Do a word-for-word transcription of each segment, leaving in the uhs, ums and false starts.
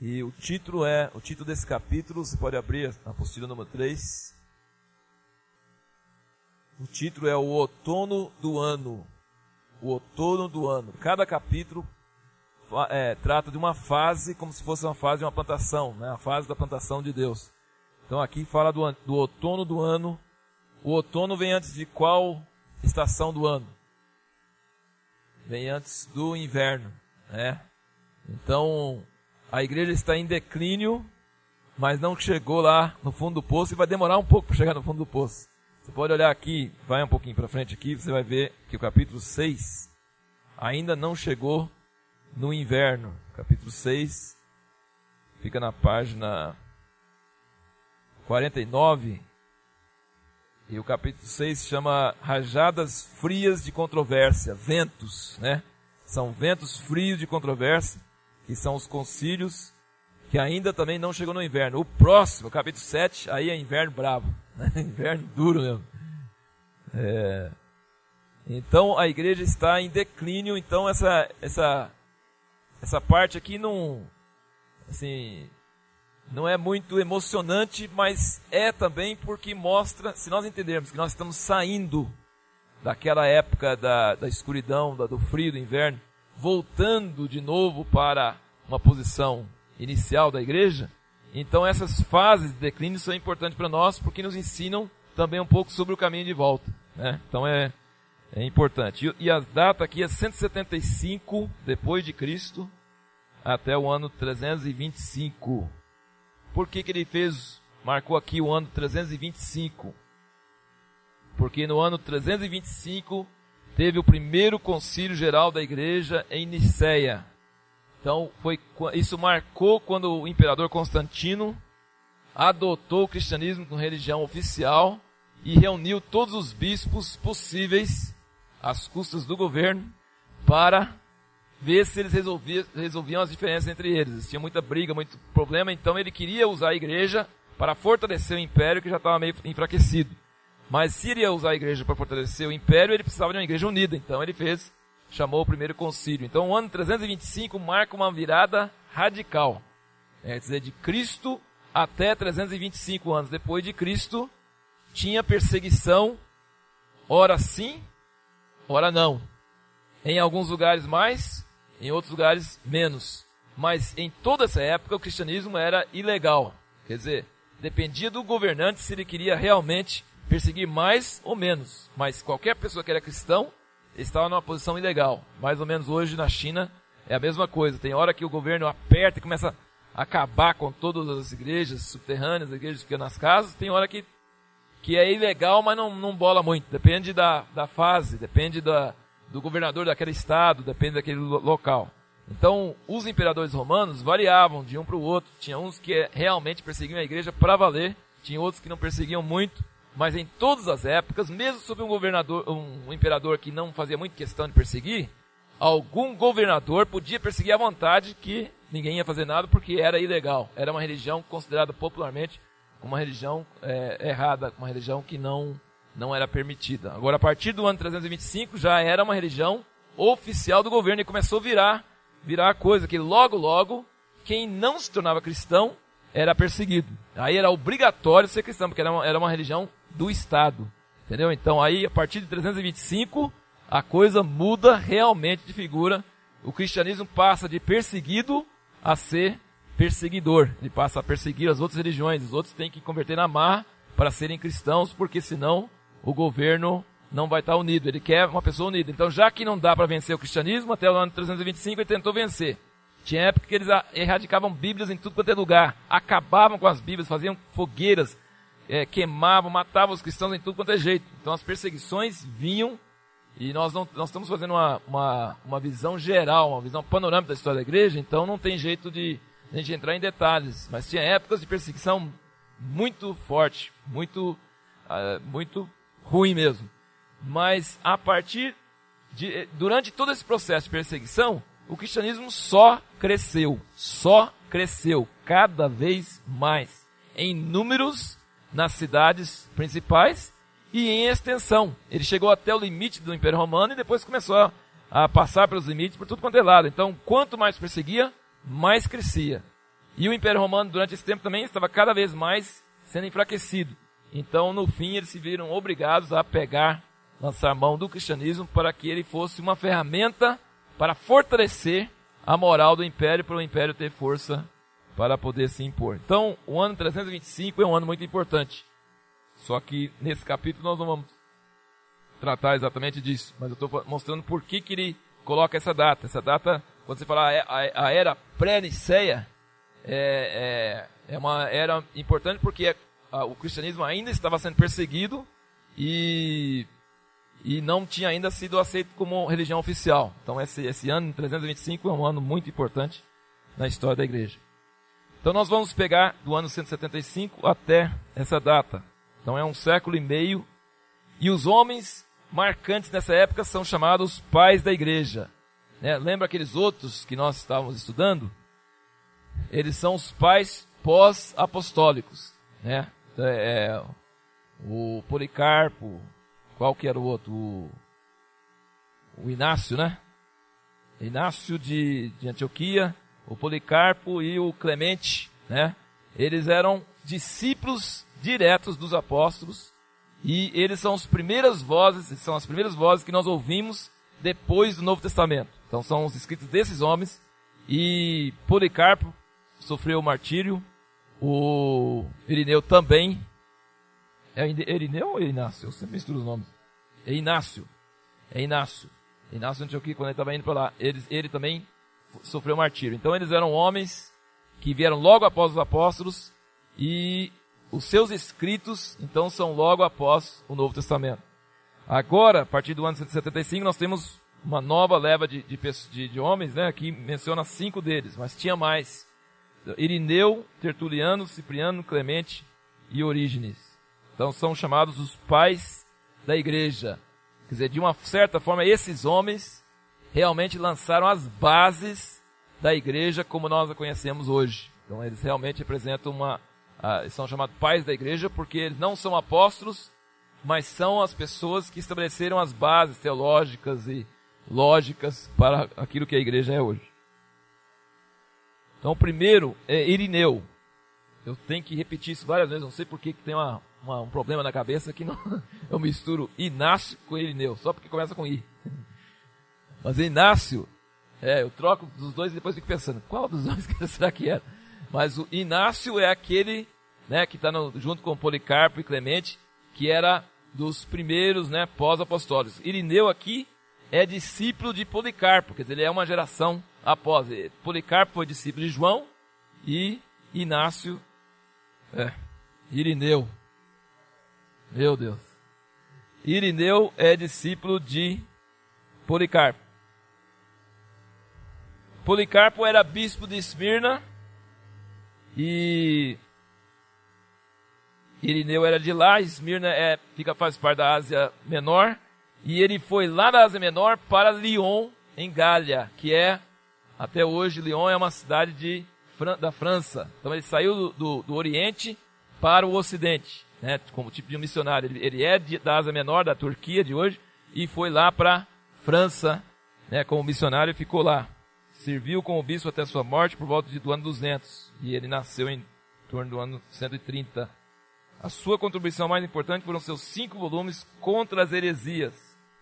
E o título é, o título desse capítulo, você pode abrir a apostila número três. O título é o outono do ano. O outono do ano. Cada capítulo é, trata de uma fase, como se fosse uma fase de uma plantação, né? A fase da plantação de Deus. Então aqui fala do, do outono do ano. O outono vem antes de qual estação do ano? Vem antes do inverno, né? Então a igreja está em declínio, mas não chegou lá no fundo do poço e vai demorar um pouco para chegar no fundo do poço. Você pode olhar aqui, vai um pouquinho para frente aqui, você vai ver que o capítulo seis ainda não chegou no inverno. Capítulo seis fica na página quarenta e nove. E o capítulo seis se chama Rajadas Frias de Controvérsia, ventos, né? São ventos frios de controvérsia, que são os concílios, que ainda também não chegou no inverno. O próximo, capítulo sete, aí é inverno bravo, né? Inverno duro mesmo. É... Então a igreja está em declínio, então essa, essa, essa parte aqui não, assim, não é muito emocionante, mas é também porque mostra, se nós entendermos que nós estamos saindo daquela época da, da escuridão, da, do frio do inverno, voltando de novo para uma posição inicial da igreja, então essas fases de declínio são importantes para nós, porque nos ensinam também um pouco sobre o caminho de volta, né? Então é, é importante. E, e a data aqui é cento e setenta e cinco depois de Cristo até o ano trezentos e vinte e cinco. Por que que ele fez, marcou aqui o ano trezentos e vinte e cinco? Porque no ano trezentos e vinte e cinco teve o primeiro concílio geral da igreja em Niceia. Então, foi, isso marcou quando o imperador Constantino adotou o cristianismo como religião oficial e reuniu todos os bispos possíveis, às custas do governo, para ver se eles resolviam, resolviam as diferenças entre eles. Tinha muita briga, muito problema, então ele queria usar a igreja para fortalecer o império que já estava meio enfraquecido. Mas se ele ia usar a igreja para fortalecer o império, ele precisava de uma igreja unida. Então ele fez, chamou o primeiro concílio. Então o ano trezentos e vinte e cinco marca uma virada radical. É dizer, de Cristo até trezentos e vinte e cinco anos depois de Cristo, tinha perseguição, ora sim, ora não. Em alguns lugares mais, em outros lugares menos. Mas em toda essa época o cristianismo era ilegal. Quer dizer, dependia do governante se ele queria realmente perseguir mais ou menos, mas qualquer pessoa que era cristão estava numa posição ilegal. Mais ou menos hoje na China é a mesma coisa. Tem hora que o governo aperta e começa a acabar com todas as igrejas subterrâneas, as igrejas que ficam nas casas. Tem hora que, que é ilegal, mas não, não bola muito. Depende da, da fase, depende da, do governador daquele estado, depende daquele local. Então, os imperadores romanos variavam de um para o outro. Tinha uns que realmente perseguiam a igreja para valer, tinha outros que não perseguiam muito. Mas em todas as épocas, mesmo sob um governador, um imperador que não fazia muito questão de perseguir, algum governador podia perseguir à vontade, que ninguém ia fazer nada porque era ilegal. Era uma religião considerada popularmente uma religião é, errada, uma religião que não, não era permitida. Agora, a partir do ano trezentos e vinte e cinco, já era uma religião oficial do governo e começou a virar, virar a coisa que logo, logo, quem não se tornava cristão era perseguido. Aí era obrigatório ser cristão, porque era uma, era uma religião do Estado. Entendeu? Então aí, a partir de trezentos e vinte e cinco, a coisa muda realmente de figura. O cristianismo passa de perseguido a ser perseguidor. Ele passa a perseguir as outras religiões. Os outros têm que converter na marra para serem cristãos, porque senão o governo não vai estar unido. Ele quer uma pessoa unida. Então, já que não dá para vencer o cristianismo, até o ano trezentos e vinte e cinco ele tentou vencer. Tinha época que eles erradicavam bíblias em tudo quanto é lugar. Acabavam com as bíblias, faziam fogueiras, é, queimavam, matavam os cristãos em tudo quanto é jeito. Então as perseguições vinham, e nós, não, nós estamos fazendo uma, uma, uma visão geral, uma visão panorâmica da história da igreja, então não tem jeito de a gente entrar em detalhes. Mas tinha épocas de perseguição muito forte, muito, uh, muito ruim mesmo. Mas a partir de, durante todo esse processo de perseguição, o cristianismo só cresceu, só cresceu cada vez mais, em números nas cidades principais e em extensão. Ele chegou até o limite do Império Romano e depois começou a, a passar pelos limites por tudo quanto é lado. Então, quanto mais perseguia, mais crescia. E o Império Romano, durante esse tempo, também estava cada vez mais sendo enfraquecido. Então, no fim, eles se viram obrigados a pegar, lançar mão do cristianismo para que ele fosse uma ferramenta para fortalecer a moral do Império, para o Império ter força para poder se impor. Então, o ano trezentos e vinte e cinco é um ano muito importante. Só que, nesse capítulo, nós não vamos tratar exatamente disso. Mas eu estou mostrando por que, que ele coloca essa data. Essa data, quando você fala a, a, a era pré-niceia, é, é, é uma era importante porque a, o cristianismo ainda estava sendo perseguido e, e não tinha ainda sido aceito como religião oficial. Então esse, esse ano, trezentos e vinte e cinco, é um ano muito importante na história da igreja. Então nós vamos pegar do ano cento e setenta e cinco até essa data. Então é um século e meio. E os homens marcantes nessa época são chamados pais da igreja. Né? Lembra aqueles outros que nós estávamos estudando? Eles são os pais pós-apostólicos. Né? É, o Policarpo, qual que era o outro? O, o Inácio, né? Inácio de, de Antioquia, o Policarpo e o Clemente. Né? Eles eram discípulos diretos dos apóstolos. E eles são as primeiras vozes, são as primeiras vozes que nós ouvimos depois do Novo Testamento. Então são os escritos desses homens. E Policarpo sofreu o martírio. O Irineu também. É Irineu ou Inácio? Eu sempre misturo os nomes. É Inácio. É Inácio. Inácio Antioquia, quando ele estava indo para lá, ele, ele também sofreu o martírio. Então eles eram homens que vieram logo após os apóstolos e os seus escritos, então, são logo após o Novo Testamento. Agora, a partir do ano cento e setenta e cinco, nós temos uma nova leva de, de, de, de homens, né? Aqui menciona cinco deles, mas tinha mais. Irineu, Tertuliano, Cipriano, Clemente e Orígenes. Então, são chamados os pais da igreja. Quer dizer, de uma certa forma, esses homens realmente lançaram as bases da igreja como nós a conhecemos hoje. Então, eles realmente representam uma... Ah, são chamados pais da igreja porque eles não são apóstolos, mas são as pessoas que estabeleceram as bases teológicas e lógicas para aquilo que a igreja é hoje. Então o primeiro é Irineu. Eu tenho que repetir isso várias vezes, não sei por que tem uma, uma, um problema na cabeça que não, eu misturo Inácio com Irineu, só porque começa com I. Mas Inácio, é, eu troco dos dois e depois fico pensando, qual dos dois será que era? Mas o Inácio é aquele, né, que está junto com Policarpo e Clemente, que era dos primeiros, né, pós-apostólicos. Irineu aqui é discípulo de Policarpo, quer dizer, ele é uma geração após. Policarpo foi discípulo de João e Inácio, é, Irineu. Meu Deus. Irineu é discípulo de Policarpo. Policarpo era bispo de Esmirna. E Irineu era de lá, Esmirna é, fica, faz parte da Ásia Menor, e ele foi lá da Ásia Menor para Lyon, em Gália, que é, até hoje, Lyon é uma cidade de, da França. Então ele saiu do, do, do Oriente para o Ocidente, né, como tipo de um missionário. Ele, ele é de, da Ásia Menor, da Turquia de hoje, e foi lá para França, né, como missionário e ficou lá. Serviu como bispo até sua morte por volta de, do ano duzentos. E ele nasceu em torno do ano cento e trinta. A sua contribuição mais importante foram seus cinco volumes contra as heresias.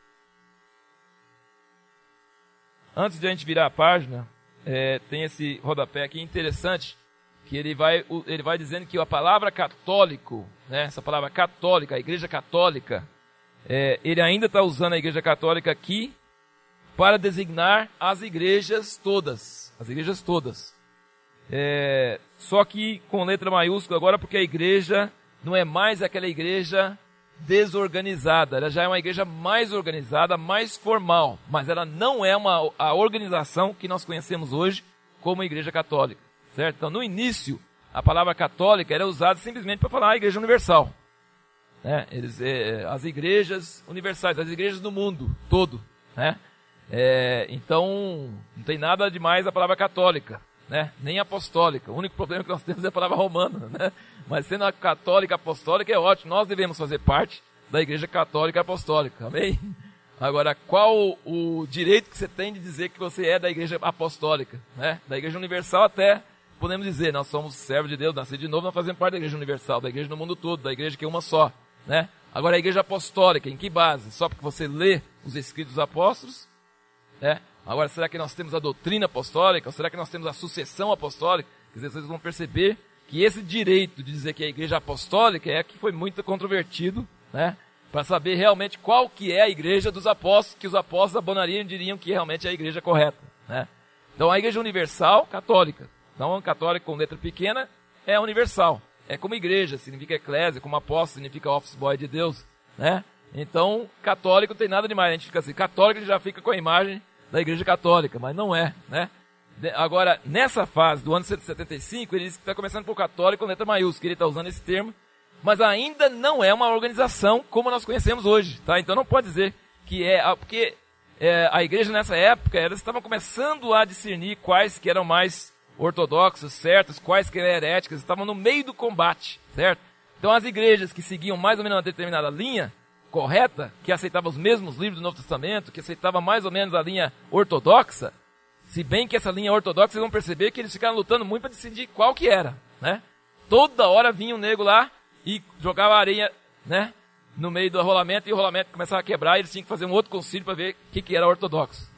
Antes de a gente virar a página, é, tem esse rodapé aqui interessante, que ele vai, ele vai dizendo que a palavra católico, né, essa palavra católica, a igreja católica, é, ele ainda está usando a igreja católica aqui, para designar as igrejas todas. As igrejas todas. É, só que com letra maiúscula agora, porque a igreja não é mais aquela igreja desorganizada. Ela já é uma igreja mais organizada, mais formal. Mas ela não é uma, a organização que nós conhecemos hoje como igreja católica. Certo? Então, no início, a palavra católica era usada simplesmente para falar a igreja universal. Né? Eles, é, as igrejas universais, as igrejas do mundo todo. Né? É, então, não tem nada demais a palavra católica, né? Nem apostólica. O único problema que nós temos é a palavra romana, né? Mas sendo a católica apostólica é ótimo. Nós devemos fazer parte da igreja católica apostólica, amém? Agora, qual o direito que você tem de dizer que você é da igreja apostólica, né? Da igreja universal até podemos dizer, nós somos servos de Deus, nascidos de novo, nós fazemos parte da igreja universal, da igreja no mundo todo, da igreja que é uma só, né? Agora a igreja apostólica, em que base? Só porque você lê os escritos dos apóstolos, né? Agora, será que nós temos a doutrina apostólica? Ou será que nós temos a sucessão apostólica? Quer dizer, vocês vão perceber que esse direito de dizer que é a igreja apostólica é que foi muito controvertido, né? Para saber realmente qual que é a igreja dos apóstolos, que os apóstolos abonariam e diriam que realmente é a igreja correta, né? Então, a igreja universal, católica. Então, católica com letra pequena é universal. É como igreja, significa eclésia, como apóstolo significa office boy de Deus, né? Então, católico não tem nada demais. A gente fica assim, católico a gente já fica com a imagem da igreja católica, mas não é, né? Agora, nessa fase do ano cento e setenta e cinco, ele diz que está começando por católico com letra maiúscula, ele está usando esse termo, mas ainda não é uma organização como nós conhecemos hoje, tá? Então não pode dizer que é, porque é, a igreja nessa época, elas estavam começando a discernir quais que eram mais ortodoxos, certos, quais que eram heréticas, estavam no meio do combate, certo? Então as igrejas que seguiam mais ou menos uma determinada linha correta, que aceitava os mesmos livros do Novo Testamento, que aceitava mais ou menos a linha ortodoxa, se bem que essa linha ortodoxa, vocês vão perceber que eles ficaram lutando muito para decidir qual que era, né? Toda hora vinha um nego lá e jogava areia, né, no meio do rolamento, e o rolamento começava a quebrar, e eles tinham que fazer um outro concílio para ver o que, que era ortodoxo.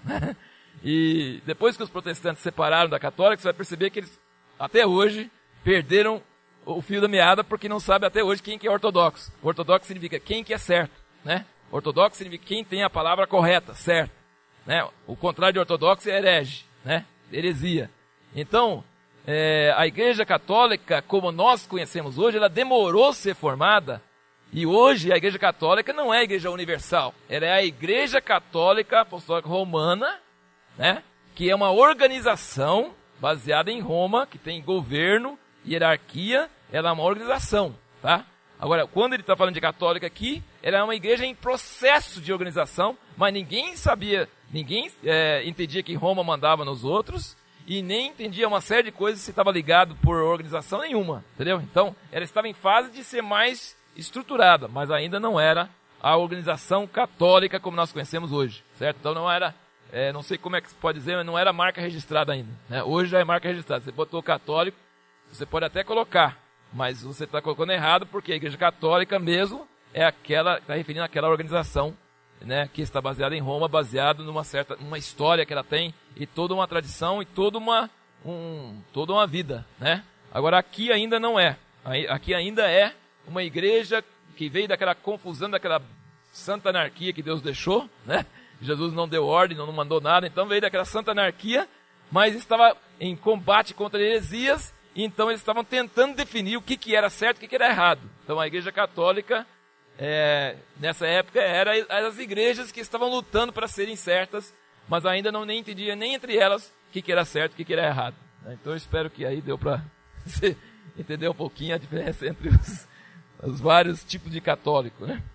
E depois que os protestantes se separaram da católica, você vai perceber que eles, até hoje, perderam o fio da meada, porque não sabe até hoje quem que é ortodoxo. Ortodoxo significa quem que é certo, né? Ortodoxo significa quem tem a palavra correta, certo, né? O contrário de ortodoxo é herege, né? Heresia. Então, é, a igreja católica, como nós conhecemos hoje, ela demorou a ser formada, e hoje a igreja católica não é a igreja universal, ela é a igreja católica apostólica romana, né? Que é uma organização baseada em Roma, que tem governo, hierarquia, ela é uma organização, tá? Agora, quando ele está falando de católica aqui, ela é uma igreja em processo de organização, mas ninguém sabia, ninguém é, entendia que Roma mandava nos outros, e nem entendia uma série de coisas se estava ligado por organização nenhuma, entendeu? Então, ela estava em fase de ser mais estruturada, mas ainda não era a organização católica como nós conhecemos hoje, certo? Então não era, é, não sei como é que se pode dizer, mas não era marca registrada ainda, né? Hoje já é marca registrada, você botou católico, você pode até colocar, mas você está colocando errado, porque a igreja católica mesmo é aquela, está referindo àquela organização, né, que está baseada em Roma, baseado numa certa, uma história que ela tem, e toda uma tradição, e toda uma, um, toda uma vida, né? Agora aqui ainda não é, aqui ainda é uma igreja que veio daquela confusão, daquela santa anarquia que Deus deixou, né? Jesus não deu ordem, não mandou nada, então veio daquela santa anarquia, mas estava em combate contra heresias. Então eles estavam tentando definir o que, que era certo e o que, que era errado. Então a igreja católica, é, nessa época, era as igrejas que estavam lutando para serem certas, mas ainda não nem entendia nem entre elas o que, que era certo e o que, que era errado. Então eu espero que aí deu para você entender um pouquinho a diferença entre os, os vários tipos de católico, né?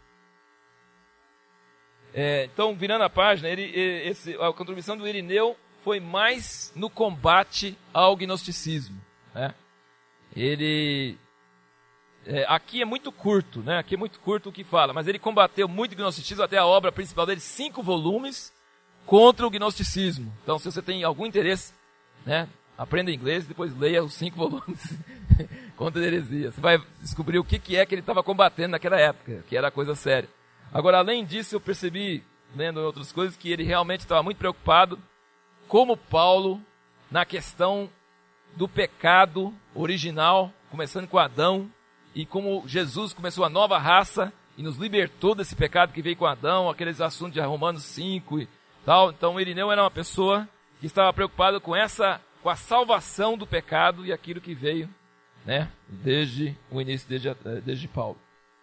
É, então, virando a página, ele, esse, a contribuição do Irineu foi mais no combate ao gnosticismo. É. Ele é, aqui é muito curto, né? Aqui é muito curto o que fala, mas ele combateu muito o gnosticismo, até a obra principal dele, cinco volumes contra o gnosticismo. Então, se você tem algum interesse, né, aprenda inglês e depois leia os cinco volumes contra a heresia. Você vai descobrir o que, que é que ele estava combatendo naquela época, que era coisa séria. Agora, além disso, eu percebi, lendo outras coisas, que ele realmente estava muito preocupado, como Paulo, na questão do pecado original, começando com Adão, e como Jesus começou a nova raça e nos libertou desse pecado que veio com Adão, aqueles assuntos de Romanos cinco e tal. Então Irineu era uma pessoa que estava preocupada com essa, com a salvação do pecado e aquilo que veio, né, desde o início, desde, desde Paulo.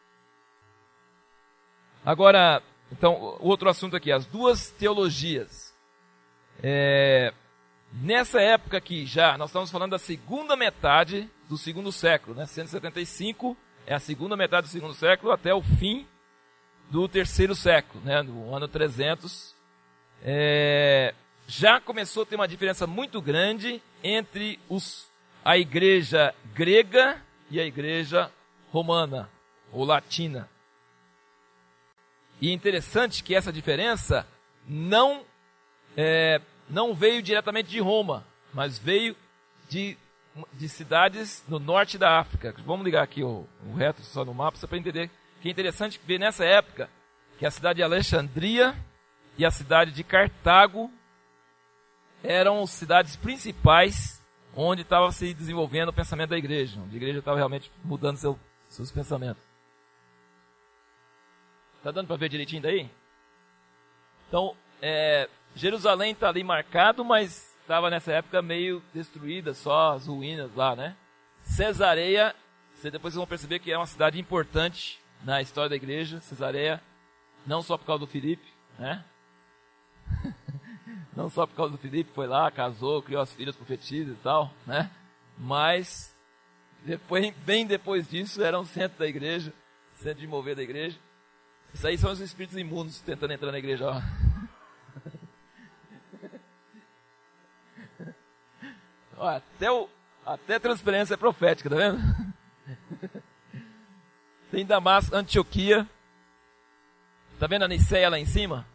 Agora, então, outro assunto aqui, as duas teologias. É... Nessa época aqui já, nós estamos falando da segunda metade do segundo século, né? cento e setenta e cinco é a segunda metade do segundo século até o fim do terceiro século, né? No ano trezentos. É, já começou a ter uma diferença muito grande entre os, a igreja grega e a igreja romana, ou latina. E é interessante que essa diferença não... É, não veio diretamente de Roma, mas veio de de cidades no norte da África. Vamos ligar aqui o, o reto só no mapa, só para entender que é interessante ver nessa época que a cidade de Alexandria e a cidade de Cartago eram as cidades principais onde estava se desenvolvendo o pensamento da igreja, onde a igreja estava realmente mudando seu, seus pensamentos. Está dando para ver direitinho daí? Então, é, Jerusalém está ali marcado, mas estava nessa época meio destruída, só as ruínas lá, né? Cesareia, você depois vocês vão perceber que é uma cidade importante na história da igreja. Cesareia, não só por causa do Filipe, né? Não só por causa do Filipe, foi lá, casou, criou as filhas, profetizas e tal, né? Mas, depois, bem depois disso, era um centro da igreja, centro de mover da igreja. Isso aí são os espíritos imundos tentando entrar na igreja, ó. Ó, até, o, até a transparência é profética, tá vendo? Tem Damasco, Antioquia. Tá vendo a Niceia lá em cima?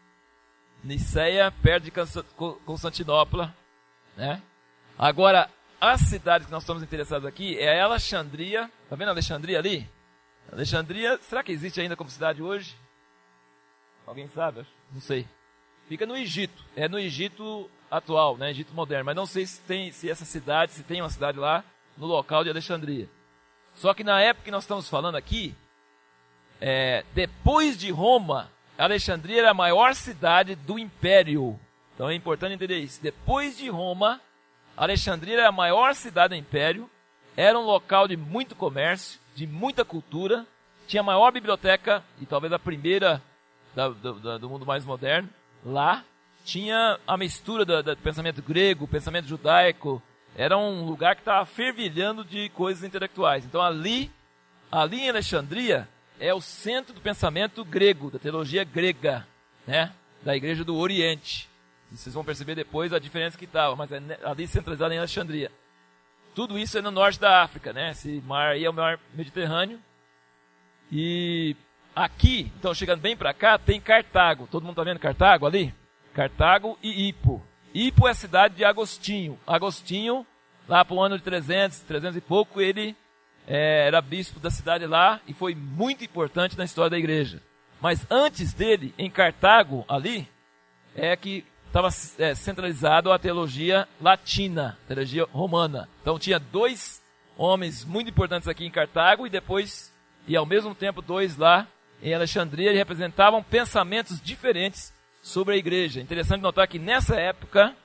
Niceia, perto de Constantinopla, né? Agora, a cidade que nós estamos interessados aqui é Alexandria. Tá vendo Alexandria ali? Alexandria, será que existe ainda como cidade hoje? Alguém sabe? Não sei. Fica no Egito. É no Egito atual, né? Egito moderno. Mas não sei se tem, se essa cidade, se tem uma cidade lá no local de Alexandria. Só que na época que nós estamos falando aqui, é, depois de Roma, Alexandria era a maior cidade do Império. Então é importante entender isso. Depois de Roma, Alexandria era a maior cidade do Império. Era um local de muito comércio, de muita cultura. Tinha a maior biblioteca, e talvez a primeira da, da, do mundo mais moderno. Lá tinha a mistura do, do pensamento grego, pensamento judaico. Era um lugar que estava fervilhando de coisas intelectuais. Então ali, ali em Alexandria, é o centro do pensamento grego, da teologia grega, né? Da igreja do Oriente. E vocês vão perceber depois a diferença que estava, mas é ali centralizado em Alexandria. Tudo isso é no norte da África, né? Esse mar aí é o mar Mediterrâneo. E aqui, então chegando bem para cá, tem Cartago. Todo mundo está vendo Cartago ali? Cartago e Hippo. Hippo é a cidade de Agostinho. Agostinho, lá para o ano de trezentos, trezentos e pouco, ele é, era bispo da cidade lá e foi muito importante na história da igreja. Mas antes dele, em Cartago, ali, é que estava é, centralizado a teologia latina, a teologia romana. Então tinha dois homens muito importantes aqui em Cartago e depois, e ao mesmo tempo, dois lá em Alexandria, e representavam pensamentos diferentes sobre a igreja. Interessante notar que nessa época,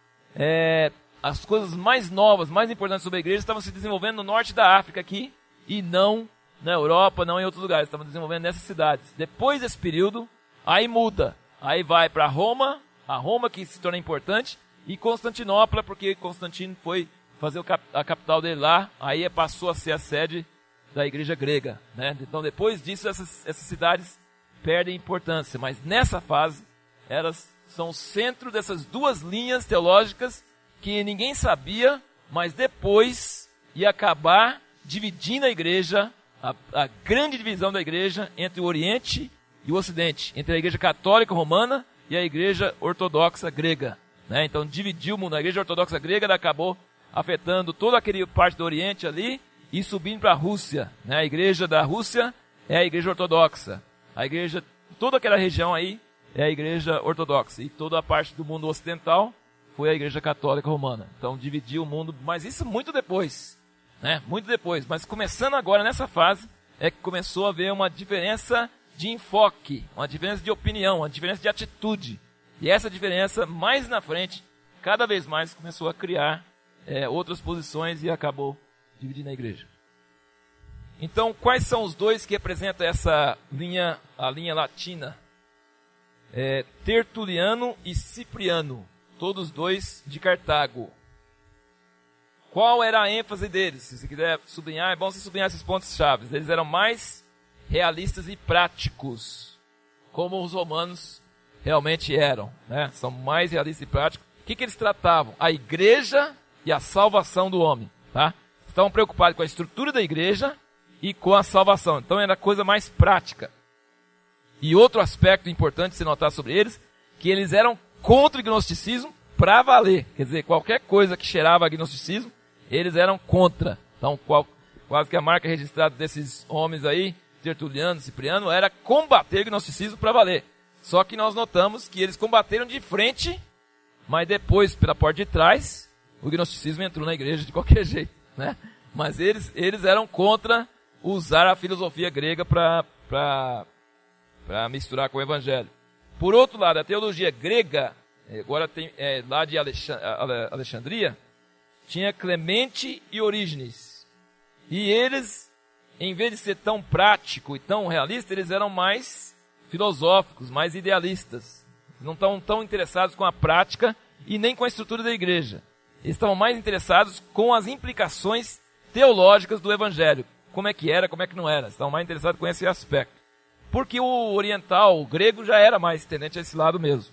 é, as coisas mais novas, mais importantes sobre a igreja estavam se desenvolvendo no norte da África aqui, e não na Europa, não em outros lugares, estavam desenvolvendo nessas cidades. Depois desse período, aí muda, aí vai para Roma, a Roma que se torna importante, e Constantinopla, porque Constantino foi fazer o cap- a capital dele lá, aí passou a ser a sede da igreja grega, né? Então depois disso essas, essas cidades perdem importância, mas nessa fase elas são o centro dessas duas linhas teológicas que ninguém sabia, mas depois ia acabar dividindo a igreja, a, a grande divisão da igreja entre o Oriente e o Ocidente, entre a igreja católica romana e a igreja ortodoxa grega, né? Então dividiu o mundo. A igreja ortodoxa grega acabou afetando toda aquela parte do Oriente ali e subindo para a Rússia, né? A igreja da Rússia é a igreja ortodoxa. A igreja, toda aquela região aí é a igreja ortodoxa. E toda a parte do mundo ocidental foi a igreja católica romana. Então dividiu o mundo, mas isso muito depois, né? Muito depois. Mas começando agora nessa fase é que começou a haver uma diferença de enfoque, uma diferença de opinião, uma diferença de atitude. E essa diferença, mais na frente, cada vez mais começou a criar é, outras posições e acabou dividindo a igreja. Então, quais são os dois que representam essa linha, a linha latina? É, Tertuliano e Cipriano, todos dois de Cartago. Qual era a ênfase deles? Se você quiser sublinhar, é bom você sublinhar esses pontos chaves. Eles eram mais realistas e práticos, como os romanos realmente eram, né? São mais realistas e práticos. O que, que eles tratavam? A igreja e a salvação do homem, tá? Estavam preocupados com a estrutura da igreja e com a salvação. Então era coisa mais prática. E outro aspecto importante se notar sobre eles, que eles eram contra o gnosticismo para valer. Quer dizer, qualquer coisa que cheirava a gnosticismo, eles eram contra. Então, qual, quase que a marca registrada desses homens aí, Tertuliano, Cipriano, era combater o gnosticismo para valer. Só que nós notamos que eles combateram de frente, mas depois, pela porta de trás, o gnosticismo entrou na igreja de qualquer jeito, né? Mas eles, eles eram contra usar a filosofia grega para para misturar com o evangelho. Por outro lado, a teologia grega, agora tem, é, lá de Alexandria, tinha Clemente e Orígenes. E eles, em vez de ser tão prático e tão realista, eles eram mais filosóficos, mais idealistas. Não estavam tão interessados com a prática e nem com a estrutura da igreja. Eles estavam mais interessados com as implicações teológicas do evangelho. Como é que era, como é que não era. Eles estavam mais interessados com esse aspecto. Porque o oriental, o grego, já era mais tendente a esse lado mesmo.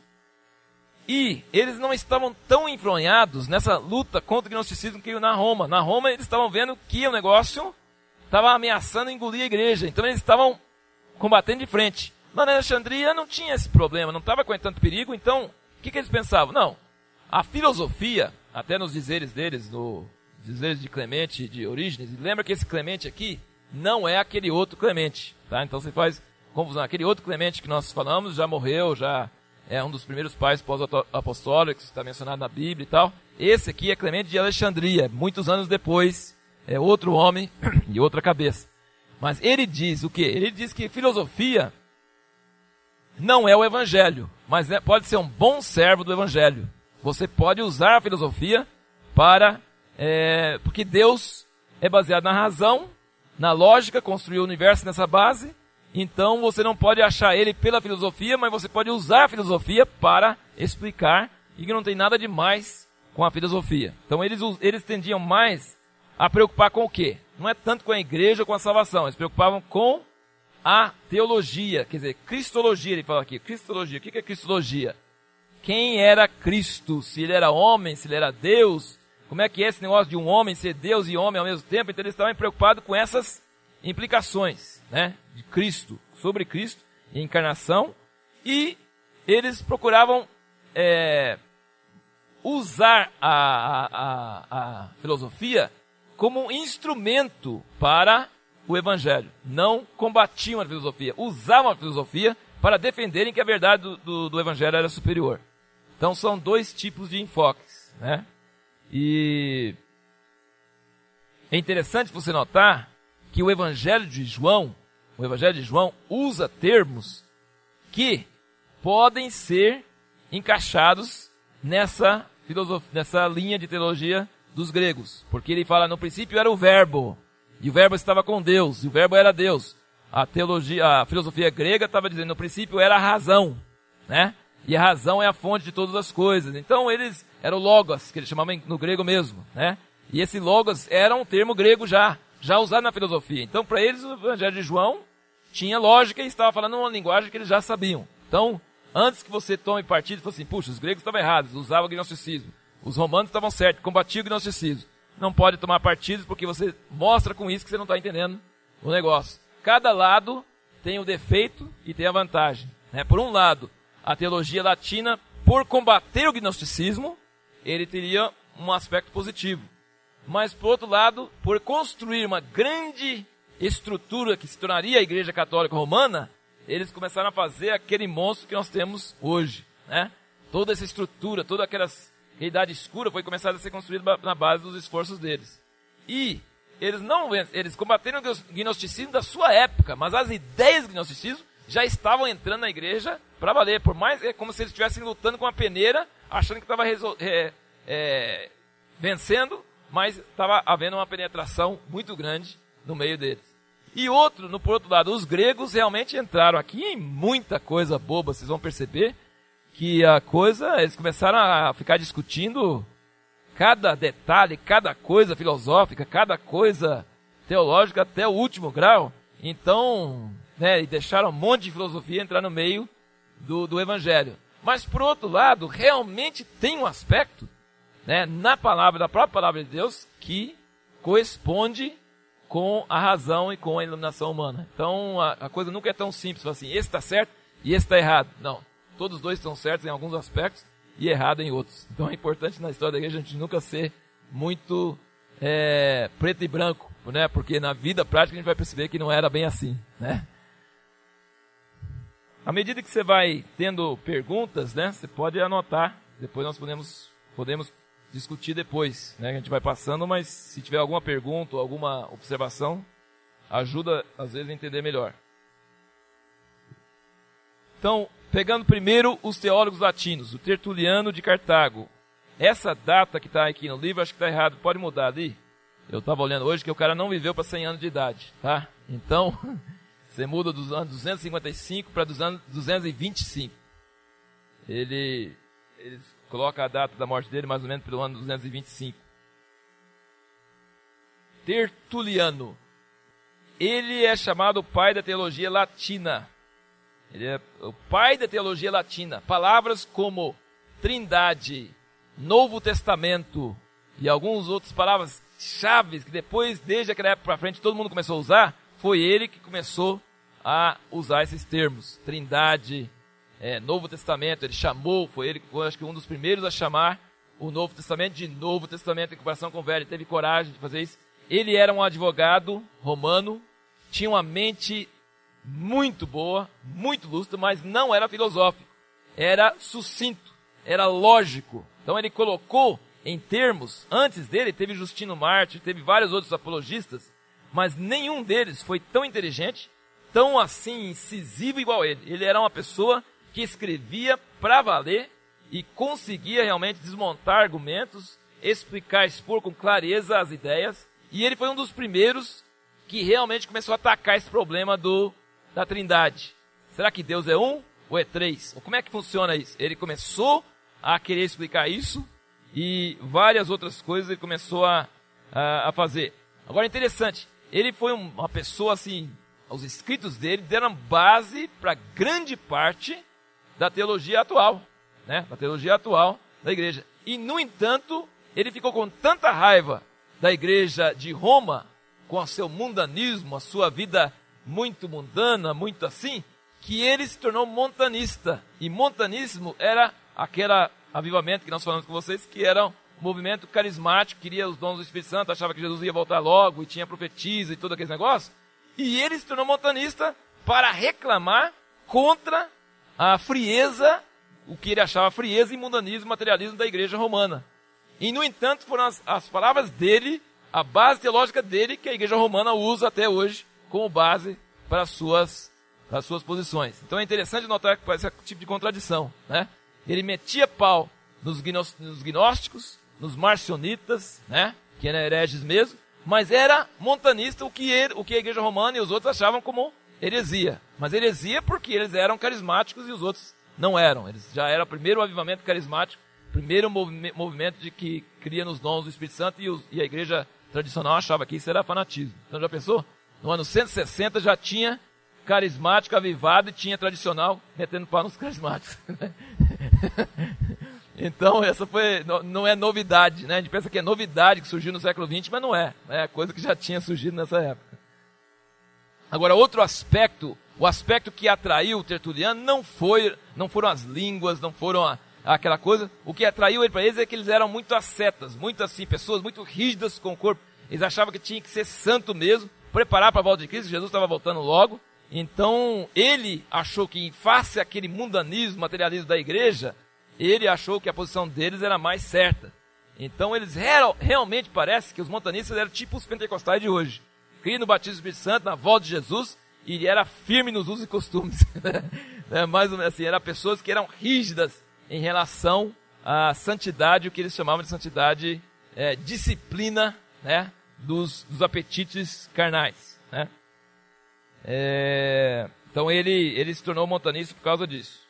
E eles não estavam tão enfronhados nessa luta contra o gnosticismo que na Roma. Na Roma eles estavam vendo que o negócio estava ameaçando engolir a igreja. Então eles estavam combatendo de frente. Mas na Alexandria não tinha esse problema, não estava com tanto perigo. Então, o que, que eles pensavam? Não, a filosofia, até nos dizeres deles, no dizeres de Clemente, de Orígenes, lembra que esse Clemente aqui não é aquele outro Clemente. Tá? Então você faz confusão. Aquele outro Clemente que nós falamos já morreu, já é um dos primeiros pais pós-apostólicos, está mencionado na Bíblia e tal. Esse aqui é Clemente de Alexandria, muitos anos depois, é outro homem e outra cabeça. Mas ele diz o quê? Ele diz que filosofia não é o evangelho, mas é, pode ser um bom servo do evangelho. Você pode usar a filosofia para... É, porque Deus é baseado na razão, na lógica, construiu o universo nessa base. Então você não pode achar ele pela filosofia, mas você pode usar a filosofia para explicar, e que não tem nada de mais com a filosofia. Então eles, eles tendiam mais a preocupar com o quê? Não é tanto com a igreja ou com a salvação, eles se preocupavam com a teologia, quer dizer, cristologia, ele fala aqui, cristologia. O que é cristologia? Quem era Cristo? Se ele era homem, se ele era Deus? Como é que é esse negócio de um homem ser Deus e homem ao mesmo tempo? Então eles estavam preocupados com essas implicações, né, de Cristo, sobre Cristo e encarnação, e eles procuravam é, usar a, a, a, a filosofia como um instrumento para o evangelho. Não combatiam a filosofia, usavam a filosofia para defenderem que a verdade do, do, do evangelho era superior. Então são dois tipos de enfoques, né? E é interessante você notar que o Evangelho de João, o Evangelho de João usa termos que podem ser encaixados nessa filosofia, nessa linha de teologia dos gregos. Porque ele fala, no princípio era o verbo, e o verbo estava com Deus, e o verbo era Deus. A teologia, a filosofia grega estava dizendo, no princípio era a razão, né? E a razão é a fonte de todas as coisas. Então eles, era o logos, que eles chamavam no grego mesmo, né? E esse logos era um termo grego já, já usado na filosofia. Então para eles o Evangelho de João tinha lógica e estava falando uma linguagem que eles já sabiam. Então, antes que você tome partido e fale assim, puxa, os gregos estavam errados, usavam o gnosticismo. Os romanos estavam certos, combatiam o gnosticismo. Não pode tomar partido porque você mostra com isso que você não está entendendo o negócio. Cada lado tem o defeito e tem a vantagem, né? Por um lado, a teologia latina, por combater o gnosticismo, ele teria um aspecto positivo. Mas, por outro lado, por construir uma grande estrutura que se tornaria a Igreja Católica Romana, eles começaram a fazer aquele monstro que nós temos hoje, né? Toda essa estrutura, toda aquela realidade escura foi começada a ser construída na base dos esforços deles. E eles não eles combateram o gnosticismo da sua época, mas as ideias do gnosticismo já estavam entrando na igreja para valer. Por mais, é como se eles estivessem lutando com uma peneira, achando que estava é, é, vencendo, mas estava havendo uma penetração muito grande no meio deles. E outro, no por outro lado, os gregos realmente entraram aqui em muita coisa boba. Vocês vão perceber que a coisa, eles começaram a ficar discutindo cada detalhe, cada coisa filosófica, cada coisa teológica até o último grau. Então, né, e deixaram um monte de filosofia entrar no meio do, do evangelho. Mas por outro lado, realmente tem um aspecto, né, na palavra, da própria palavra de Deus, que corresponde com a razão e com a iluminação humana. Então a, a coisa nunca é tão simples, assim, esse está certo e esse está errado. Não, todos os dois estão certos em alguns aspectos e errado em outros. Então é importante na história da igreja a gente nunca ser muito é, preto e branco, né? Porque na vida prática a gente vai perceber que não era bem assim, né? À medida que você vai tendo perguntas, né? Você pode anotar, depois nós podemos, podemos discutir depois, né? A gente vai passando, mas se tiver alguma pergunta ou alguma observação, ajuda às vezes a entender melhor. Então, pegando primeiro os teólogos latinos, o Tertuliano de Cartago. Essa data que está aqui no livro, acho que está errado, pode mudar ali. Eu estava olhando hoje que o cara não viveu para cem anos de idade, tá? Então, você muda dos anos duzentos e cinquenta e cinco para dos anos duzentos e vinte e cinco. Ele, ele coloca a data da morte dele mais ou menos pelo ano duzentos e vinte e cinco. Tertuliano. Ele é chamado o pai da teologia latina. Ele é o pai da teologia latina. Palavras como Trindade, Novo Testamento e algumas outras palavras chaves que depois, desde aquela época para frente, todo mundo começou a usar. Foi ele que começou a usar esses termos. Trindade, é, Novo Testamento, ele chamou, foi ele que foi, acho que um dos primeiros a chamar o Novo Testamento de Novo Testamento em comparação com o Velho. Ele teve coragem de fazer isso. Ele era um advogado romano, tinha uma mente muito boa, muito lúcida, mas não era filosófico. Era sucinto, era lógico. Então ele colocou em termos, antes dele teve Justino Mártir, teve vários outros apologistas, mas nenhum deles foi tão inteligente, tão assim incisivo igual ele. Ele era uma pessoa que escrevia para valer e conseguia realmente desmontar argumentos, explicar, expor com clareza as ideias. E ele foi um dos primeiros que realmente começou a atacar esse problema do, da Trindade. Será que Deus é um ou é três? Ou como é que funciona isso? Ele começou a querer explicar isso e várias outras coisas ele começou a, a, a fazer. Agora, interessante, ele foi uma pessoa assim, os escritos dele deram base para grande parte da teologia atual, né? Da teologia atual da igreja. E, no entanto, ele ficou com tanta raiva da igreja de Roma, com o seu mundanismo, a sua vida muito mundana, muito assim, que ele se tornou montanista. E montanismo era aquele avivamento que nós falamos com vocês, que era um movimento carismático, queria os dons do Espírito Santo, achava que Jesus ia voltar logo, e tinha profetisa e todo aquele negócio. E ele se tornou montanista para reclamar contra a frieza, o que ele achava frieza e mundanismo, materialismo da igreja romana. E, no entanto, foram as, as palavras dele, a base teológica dele, que a igreja romana usa até hoje como base para as suas, para as suas posições. Então é interessante notar que parece esse tipo de contradição, né? Ele metia pau nos, gnos, nos gnósticos, nos marcionitas, né? Que eram hereges mesmo, mas era montanista, o que, ele, o que a igreja romana e os outros achavam como heresia. Mas heresia porque eles eram carismáticos e os outros não eram. Eles já era o primeiro avivamento carismático, primeiro movi- movimento de que cria nos dons do Espírito Santo, e, os, e a igreja tradicional achava que isso era fanatismo. Então já pensou? No ano cento e sessenta já tinha carismático avivado e tinha tradicional metendo pau nos carismáticos. Então essa foi, não é novidade, né? A gente pensa que é novidade que surgiu no século vinte, mas não é. É coisa que já tinha surgido nessa época. Agora, outro aspecto, o aspecto que atraiu o Tertuliano não, foi, não foram as línguas, não foram a, aquela coisa. O que atraiu ele para eles é que eles eram muito ascetas, muito assim, pessoas muito rígidas com o corpo. Eles achavam que tinha que ser santo mesmo, preparar para a volta de Cristo. Jesus estava voltando logo. Então, ele achou que, em face àquele mundanismo, materialismo da igreja, ele achou que a posição deles era mais certa. Então, eles real, realmente parece que os montanistas eram tipo os pentecostais de hoje. Cria no batismo do Espírito Santo, na volta de Jesus, e ele era firme nos usos e costumes. É, mais ou menos assim, eram pessoas que eram rígidas em relação à santidade, o que eles chamavam de santidade, é, disciplina, né, dos, dos apetites carnais, né? É, então ele, ele se tornou montanista por causa disso.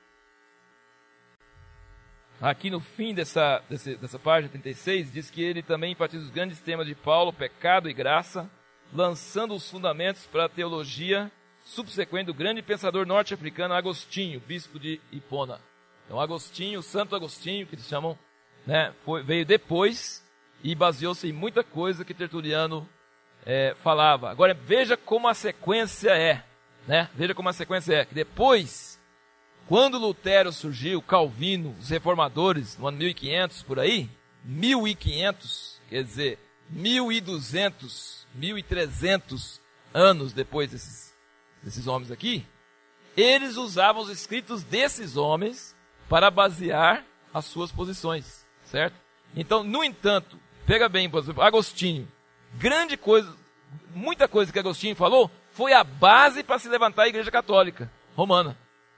Aqui no fim dessa, desse, dessa página trinta e seis, diz que ele também enfatiza os grandes temas de Paulo, pecado e graça, lançando os fundamentos para a teologia subsequente do grande pensador norte-africano Agostinho, bispo de Hipona. Então Agostinho, Santo Agostinho, que eles chamam, né, foi, veio depois e baseou-se em muita coisa que Tertuliano é, falava. Agora veja como a sequência é, né? Veja como a sequência é, que depois, quando Lutero surgiu, Calvino, os reformadores, no ano mil e quinhentos por aí, mil e quinhentos, quer dizer, mil e duzentos, mil e trezentos anos depois desses, desses homens aqui, eles usavam os escritos desses homens para basear as suas posições, certo? Então, no entanto, pega bem, por exemplo, Agostinho, grande coisa, muita coisa que Agostinho falou foi a base para se levantar a Igreja Católica Romana.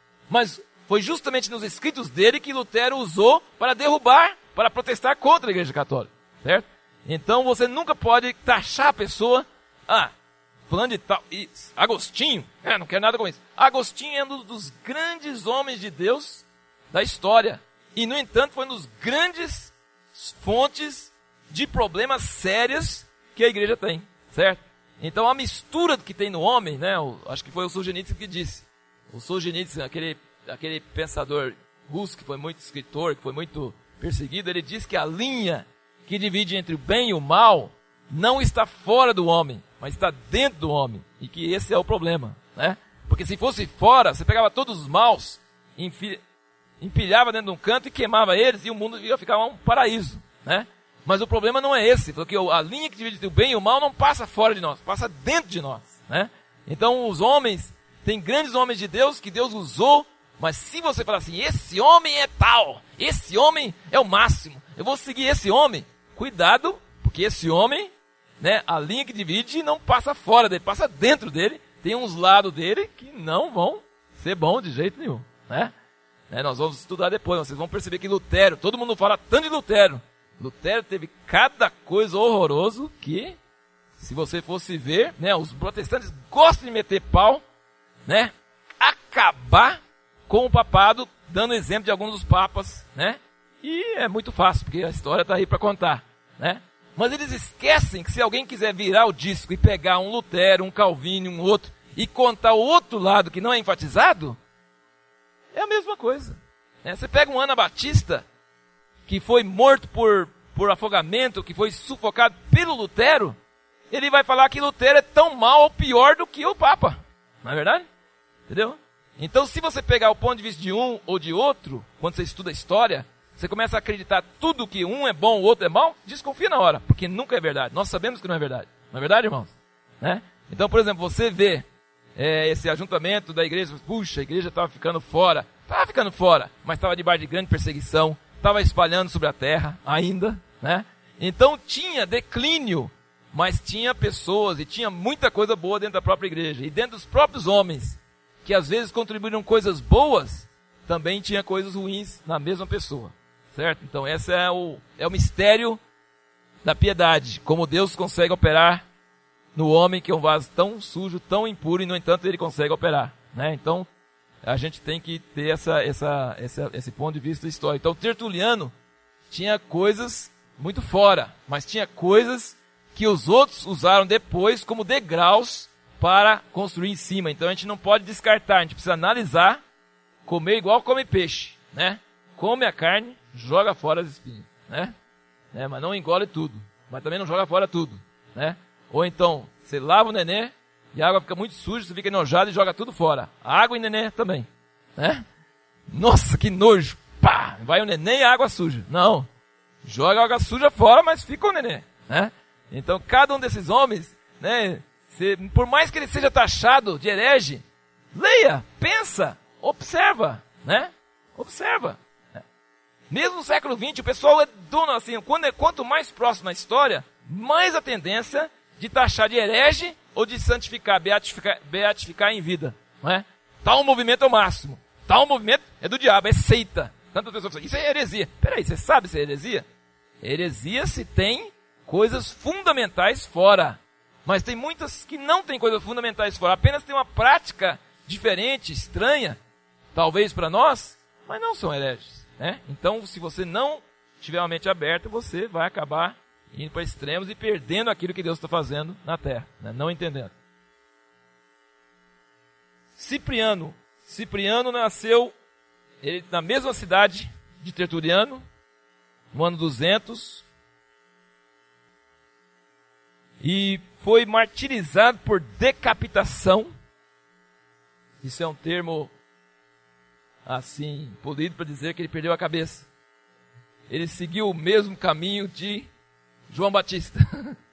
Mas foi justamente nos escritos dele que Lutero usou para derrubar, para protestar contra a Igreja Católica, certo? Então você nunca pode taxar a pessoa, ah, falando de tal, e Agostinho, é, não quero nada com isso. Agostinho é um dos, dos grandes homens de Deus da história. E, no entanto, foi um dos grandes fontes de problemas sérios que a igreja tem, certo? Então, a mistura que tem no homem, né, o, acho que foi o Solzhenitsyn que disse. O Solzhenitsyn, aquele, aquele pensador russo que foi muito escritor, que foi muito perseguido, ele diz que a linha que divide entre o bem e o mal não está fora do homem, mas está dentro do homem. E que esse é o problema, né? Porque se fosse fora, você pegava todos os maus, enfi, empilhava dentro de um canto e queimava eles, e o mundo ia ficar um paraíso, né? Mas o problema não é esse, porque a linha que divide entre o bem e o mal não passa fora de nós, passa dentro de nós, né? Então os homens, tem grandes homens de Deus que Deus usou, mas se você falar assim, esse homem é tal, esse homem é o máximo, eu vou seguir esse homem, cuidado, porque esse homem, né, a linha que divide não passa fora dele, passa dentro dele. Tem uns lados dele que não vão ser bons de jeito nenhum, né? né? Nós vamos estudar depois, vocês vão perceber que Lutero, todo mundo fala tanto de Lutero. Lutero teve cada coisa horroroso que, se você fosse ver, né, os protestantes gostam de meter pau, né? Acabar com o papado, dando exemplo de alguns dos papas, né? E é muito fácil, porque a história está aí para contar, né? Mas eles esquecem que se alguém quiser virar o disco e pegar um Lutero, um Calvino, um outro, e contar o outro lado que não é enfatizado, é a mesma coisa. Né? Você pega um Anabatista, que foi morto por, por afogamento, que foi sufocado pelo Lutero, ele vai falar que Lutero é tão mal ou pior do que o Papa. Não é verdade? Entendeu? Então, se você pegar o ponto de vista de um ou de outro, quando você estuda a história, você começa a acreditar tudo que um é bom, o outro é mal, desconfia na hora, porque nunca é verdade. Nós sabemos que não é verdade. Não é verdade, irmãos? Né? Então, por exemplo, você vê é, esse ajuntamento da igreja, puxa, a igreja estava ficando fora. Estava ficando fora, mas estava debaixo de grande perseguição, estava espalhando sobre a terra ainda, né? Então tinha declínio, mas tinha pessoas e tinha muita coisa boa dentro da própria igreja. E dentro dos próprios homens, que às vezes contribuíram coisas boas, também tinha coisas ruins na mesma pessoa. Certo? Então esse é o, é o mistério da piedade. Como Deus consegue operar no homem que é um vaso tão sujo, tão impuro, e no entanto ele consegue operar. Né? Então a gente tem que ter essa, essa, essa, esse ponto de vista histórico. Então Tertuliano tinha coisas muito fora, mas tinha coisas que os outros usaram depois como degraus para construir em cima. Então a gente não pode descartar, a gente precisa analisar, comer igual come peixe, né? Come a carne, joga fora as espinhas, né? né? Mas não engole tudo, mas também não joga fora tudo, né? Ou então, você lava o nenê e a água fica muito suja, você fica enojado e joga tudo fora. A água e nenê também, né? Nossa, que nojo! Pá! Vai o nenê e a água suja. Não, joga a água suja fora, mas fica o nenê, né? Então, cada um desses homens, né? Se, por mais que ele seja taxado de herege, leia, pensa, observa, né? Observa. Mesmo no século vinte, o pessoal é dono assim, quando é, quanto mais próximo à história, mais a tendência de taxar de herege ou de santificar, beatificar, beatificar em vida. Não é? Tal movimento é o máximo, tal movimento é do diabo, é seita. Tantas pessoas falam, isso é heresia. Peraí, você sabe se é heresia? Heresia se tem coisas fundamentais fora. Mas tem muitas que não tem coisas fundamentais fora, apenas tem uma prática diferente, estranha, talvez para nós, mas não são hereges. Né? Então, se você não tiver uma mente aberta, você vai acabar indo para extremos e perdendo aquilo que Deus está fazendo na terra, né? Não entendendo. Cipriano. Cipriano nasceu ele, na mesma cidade de Tertuliano, no ano duzentos, e foi martirizado por decapitação. Isso é um termo assim, polido para dizer que ele perdeu a cabeça. Ele seguiu o mesmo caminho de João Batista.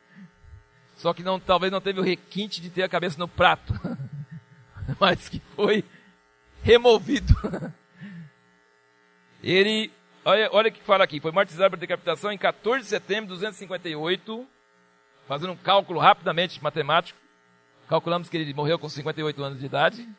só que não, talvez não teve o requinte de ter a cabeça no prato, mas que foi removido. Ele, olha, olha o que fala aqui, foi martirizado por decapitação em quatorze de setembro de duzentos e cinquenta e oito, fazendo um cálculo rapidamente matemático, calculamos que ele morreu com cinquenta e oito anos de idade.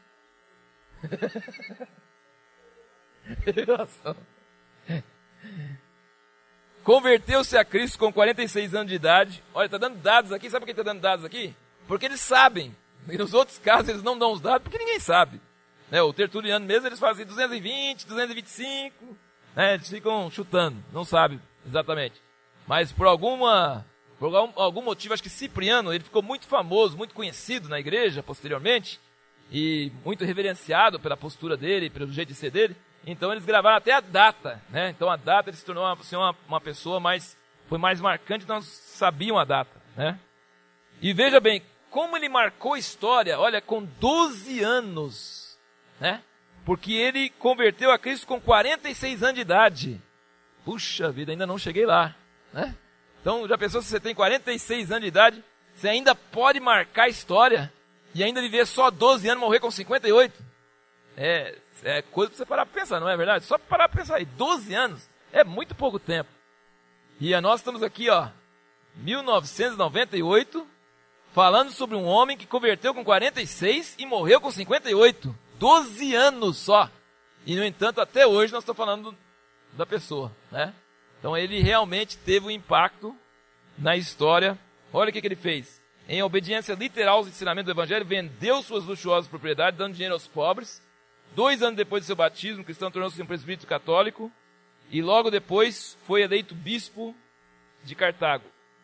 Converteu-se a Cristo com quarenta e seis anos de idade. Olha, está dando dados aqui. Sabe por que está dando dados aqui? Porque eles sabem. E nos outros casos eles não dão os dados porque ninguém sabe. Né? O Tertuliano mesmo, eles fazem duzentos e vinte, duzentos e vinte e cinco. Né? Eles ficam chutando. Não sabem exatamente. Mas por alguma, por algum, algum motivo, acho que Cipriano, ele ficou muito famoso, muito conhecido na igreja posteriormente. E muito reverenciado pela postura dele, pelo jeito de ser dele. Então eles gravaram até a data, né? Então a data ele se tornou uma, assim, uma, uma pessoa mais, foi mais marcante, então sabiam a data, né? E veja bem, como ele marcou história, olha, com doze anos, né? Porque ele converteu a Cristo com quarenta e seis anos de idade. Puxa vida, ainda não cheguei lá, né? Então já pensou, se você tem quarenta e seis anos de idade, você ainda pode marcar história e ainda viver só doze anos e morrer com cinquenta e oito? É... É coisa para você parar para pensar, não é verdade? Só para parar para pensar aí, doze anos é muito pouco tempo. E nós estamos aqui, ó, mil novecentos e noventa e oito, falando sobre um homem que converteu com quarenta e seis e morreu com cinquenta e oito. doze anos só. E, no entanto, até hoje nós estamos falando da pessoa, né? Então ele realmente teve um impacto na história. Olha o que, que ele fez. Em obediência literal aos ensinamentos do Evangelho, vendeu suas luxuosas propriedades, dando dinheiro aos pobres. Dois anos depois do seu batismo, o cristão tornou-se um presbítero católico e logo depois foi eleito bispo de Cartago.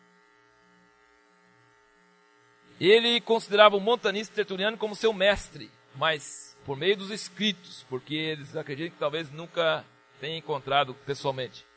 Ele considerava o montanista Tertuliano como seu mestre, mas por meio dos escritos, porque eles acreditam que talvez nunca tenha encontrado pessoalmente.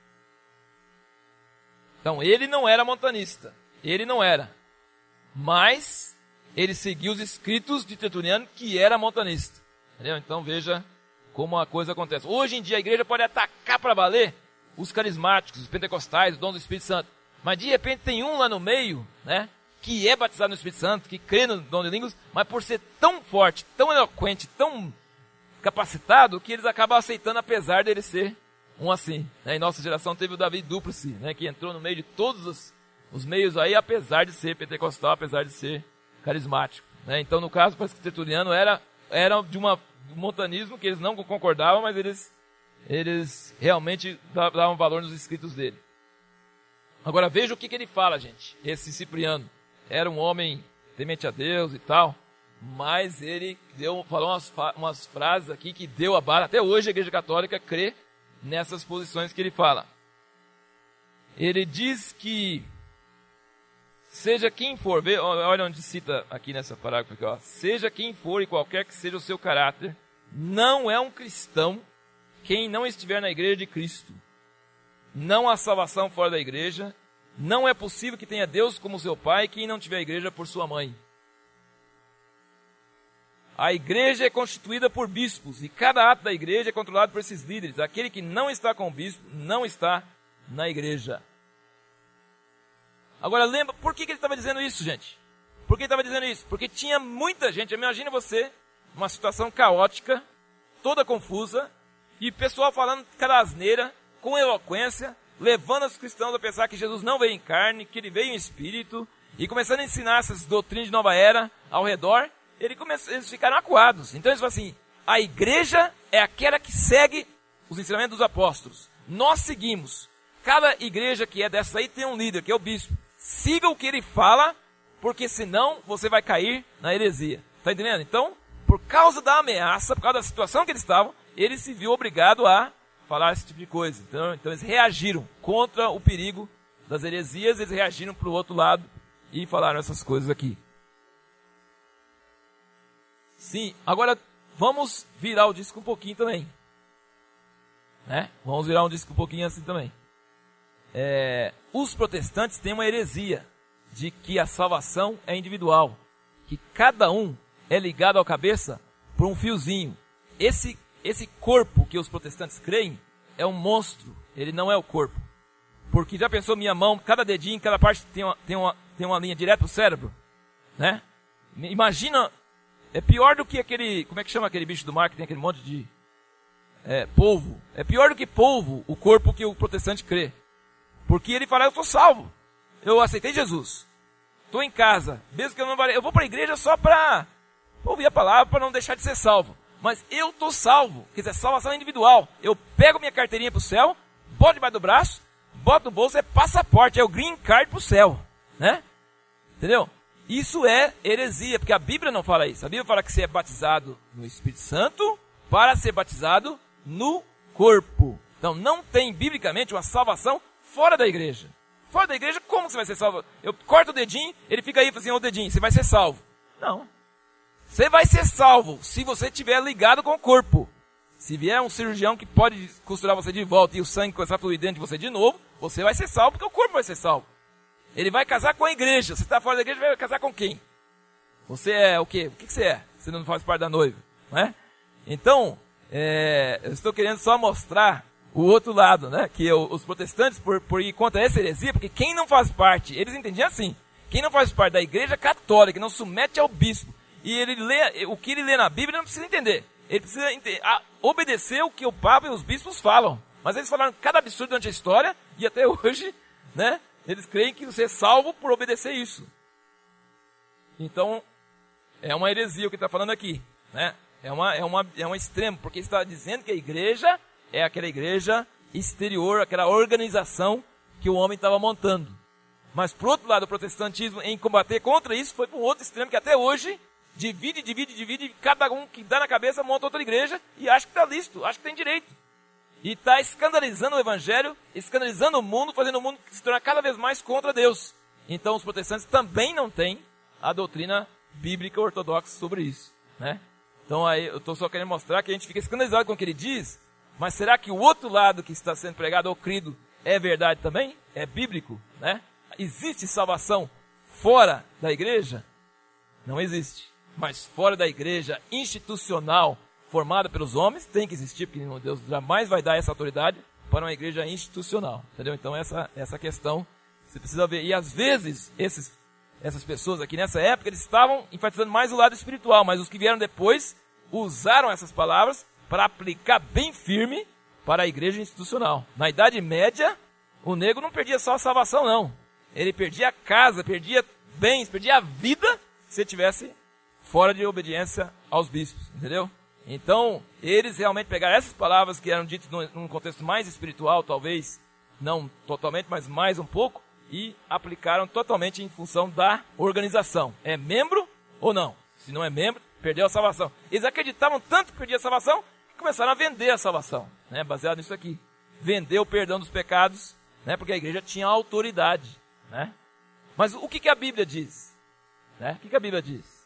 Então ele não era montanista, ele não era, mas ele seguiu os escritos de Tertuliano, que era montanista. Entendeu? Então veja como a coisa acontece. Hoje em dia a igreja pode atacar para valer os carismáticos, os pentecostais, os dons do Espírito Santo. Mas de repente tem um lá no meio, né, que é batizado no Espírito Santo, que crê no dom de línguas, mas por ser tão forte, tão eloquente, tão capacitado, que eles acabam aceitando apesar dele ser um assim. Né? Em nossa geração teve o Davi Duplessis, né, que entrou no meio de todos os, os meios aí, apesar de ser pentecostal, apesar de ser carismático. Né? Então no caso, parece que Tertuliano era... era de uma, um montanismo que eles não concordavam, mas eles, eles realmente davam valor nos escritos dele. Agora veja o que, que ele fala, gente. Esse Cipriano era um homem temente a Deus e tal, mas ele deu, falou umas, umas frases aqui que deu a bala. Até hoje a Igreja Católica crê nessas posições que ele fala. Ele diz que seja quem for, vê, olha onde cita aqui nessa parágrafo aqui, ó. Seja quem for e qualquer que seja o seu caráter, não é um cristão quem não estiver na igreja de Cristo. Não há salvação fora da igreja. Não é possível que tenha Deus como seu pai quem não tiver a igreja por sua mãe. A igreja é constituída por bispos e cada ato da igreja é controlado por esses líderes. Aquele que não está com o bispo não está na igreja. Agora lembra, por que, que ele estava dizendo isso, gente? Por que ele estava dizendo isso? Porque tinha muita gente, imagina você, uma situação caótica, toda confusa, e pessoal falando cada asneira, com eloquência, levando os cristãos a pensar que Jesus não veio em carne, que ele veio em espírito, e começando a ensinar essas doutrinas de nova era ao redor, ele come... eles ficaram acuados. Então eles falam assim, a igreja é aquela que segue os ensinamentos dos apóstolos. Nós seguimos. Cada igreja que é dessa aí tem um líder, que é o bispo. Siga o que ele fala, porque senão você vai cair na heresia. Está entendendo? Então, por causa da ameaça, por causa da situação que eles estavam, ele se viu obrigado a falar esse tipo de coisa. Então, então eles reagiram contra o perigo das heresias, eles reagiram para o outro lado e falaram essas coisas aqui. Sim, agora vamos virar o disco um pouquinho também. Né? Vamos virar um disco um pouquinho assim também. É, os protestantes têm uma heresia de que a salvação é individual, que cada um é ligado à cabeça por um fiozinho. Esse, esse corpo que os protestantes creem é um monstro, ele não é o corpo. Porque já pensou, minha mão, cada dedinho, cada parte tem uma, tem uma, tem uma linha direto pro cérebro, né? Imagina, é pior do que aquele, como é que chama aquele bicho do mar que tem aquele monte de é, polvo? É pior do que polvo o corpo que o protestante crê. Porque ele fala, eu sou salvo, eu aceitei Jesus, estou em casa, mesmo que eu não vá, eu vou para a igreja só para ouvir a palavra, para não deixar de ser salvo. Mas eu estou salvo, quer dizer, salvação individual. Eu pego minha carteirinha para o céu, boto debaixo do braço, boto no bolso, é passaporte, é o green card para o céu, né? Entendeu? Isso é heresia, porque a Bíblia não fala isso. A Bíblia fala que você é batizado no Espírito Santo para ser batizado no corpo. Então não tem, biblicamente, uma salvação fora da igreja. Fora da igreja, como você vai ser salvo? Eu corto o dedinho, ele fica aí e fala assim, ô dedinho, você vai ser salvo. Não. Você vai ser salvo se você estiver ligado com o corpo. Se vier um cirurgião que pode costurar você de volta e o sangue começar a fluir dentro de você de novo, você vai ser salvo porque o corpo vai ser salvo. Ele vai casar com a igreja. Você está fora da igreja, vai casar com quem? Você é o quê? O que você é? Você não faz parte da noiva, não é? Então, é, eu estou querendo só mostrar o outro lado, né? Que eu, os protestantes, por, por ir contra essa heresia, porque quem não faz parte, eles entendiam assim, quem não faz parte da igreja católica, não submete ao bispo, e ele lê, o que ele lê na Bíblia, ele não precisa entender. Ele precisa entender, a, obedecer o que o Papa e os bispos falam. Mas eles falaram cada absurdo durante a história, e até hoje, né? Eles creem que você é salvo por obedecer isso. Então, é uma heresia o que está falando aqui, né? É, uma, é, uma, é um extremo, porque está dizendo que a igreja é aquela igreja exterior, aquela organização que o homem estava montando. Mas, por outro lado, o protestantismo, em combater contra isso, foi para um outro extremo que até hoje divide, divide, divide, e cada um que dá na cabeça monta outra igreja e acha que está lícito, acha que tem direito. E está escandalizando o evangelho, escandalizando o mundo, fazendo o mundo se tornar cada vez mais contra Deus. Então os protestantes também não têm a doutrina bíblica ortodoxa sobre isso, né? Então aí eu estou só querendo mostrar que a gente fica escandalizado com o que ele diz, mas será que o outro lado que está sendo pregado ou crido é verdade também? É bíblico, né? Existe salvação fora da igreja? Não existe. Mas fora da igreja institucional, formada pelos homens, tem que existir, porque Deus jamais vai dar essa autoridade para uma igreja institucional, entendeu? Então essa, essa questão você precisa ver. E às vezes, esses, essas pessoas aqui nessa época, eles estavam enfatizando mais o lado espiritual, mas os que vieram depois usaram essas palavras para aplicar bem firme para a igreja institucional. Na Idade Média, o negro não perdia só a salvação, não. Ele perdia a casa, perdia bens, perdia a vida, se ele estivesse fora de obediência aos bispos, entendeu? Então, eles realmente pegaram essas palavras que eram ditas num, num contexto mais espiritual, talvez, não totalmente, mas mais um pouco, e aplicaram totalmente em função da organização. É membro ou não? Se não é membro, perdeu a salvação. Eles acreditavam tanto que perdia a salvação, que começaram a vender a salvação, né? Baseado nisso aqui. Vender o perdão dos pecados, né? Porque a igreja tinha autoridade, né? Mas o que, que a Bíblia diz? Né? O que, que a Bíblia diz?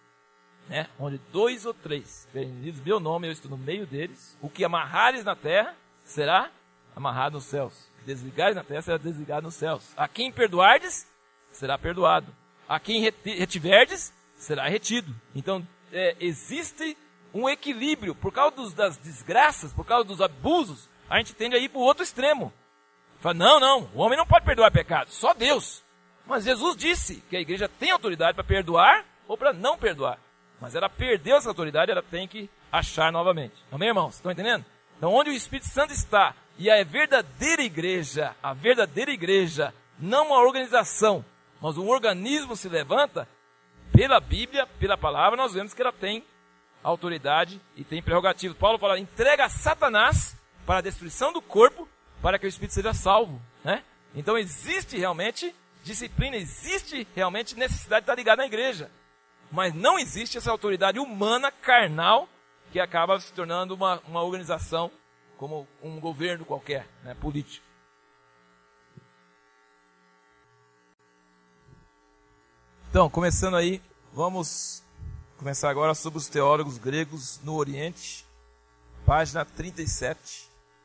Né? Onde dois ou três reunidos meu nome, eu estou no meio deles. O que amarrares na terra será amarrado nos céus. O que desligares na terra será desligado nos céus. A quem perdoardes será perdoado. A quem retiverdes será retido. Então é, existe um equilíbrio. Por causa dos, das desgraças, por causa dos abusos, a gente tende a ir para o outro extremo. Fala, não, não, o homem não pode perdoar pecado, só Deus. Mas Jesus disse que a igreja tem autoridade para perdoar ou para não perdoar. Mas ela perdeu essa autoridade, ela tem que achar novamente. Amém, irmãos? Estão entendendo? Então, onde o Espírito Santo está, e a verdadeira igreja, a verdadeira igreja, não uma organização, mas um organismo se levanta, pela Bíblia, pela palavra, nós vemos que ela tem autoridade e tem prerrogativas. Paulo fala, entrega a Satanás para a destruição do corpo, para que o Espírito seja salvo, né? Então, existe realmente disciplina, existe realmente necessidade de estar ligado na igreja. Mas não existe essa autoridade humana, carnal, que acaba se tornando uma, uma organização como um governo qualquer, né, político. Então, começando aí, vamos começar agora sobre os teólogos gregos no Oriente, página trinta e sete.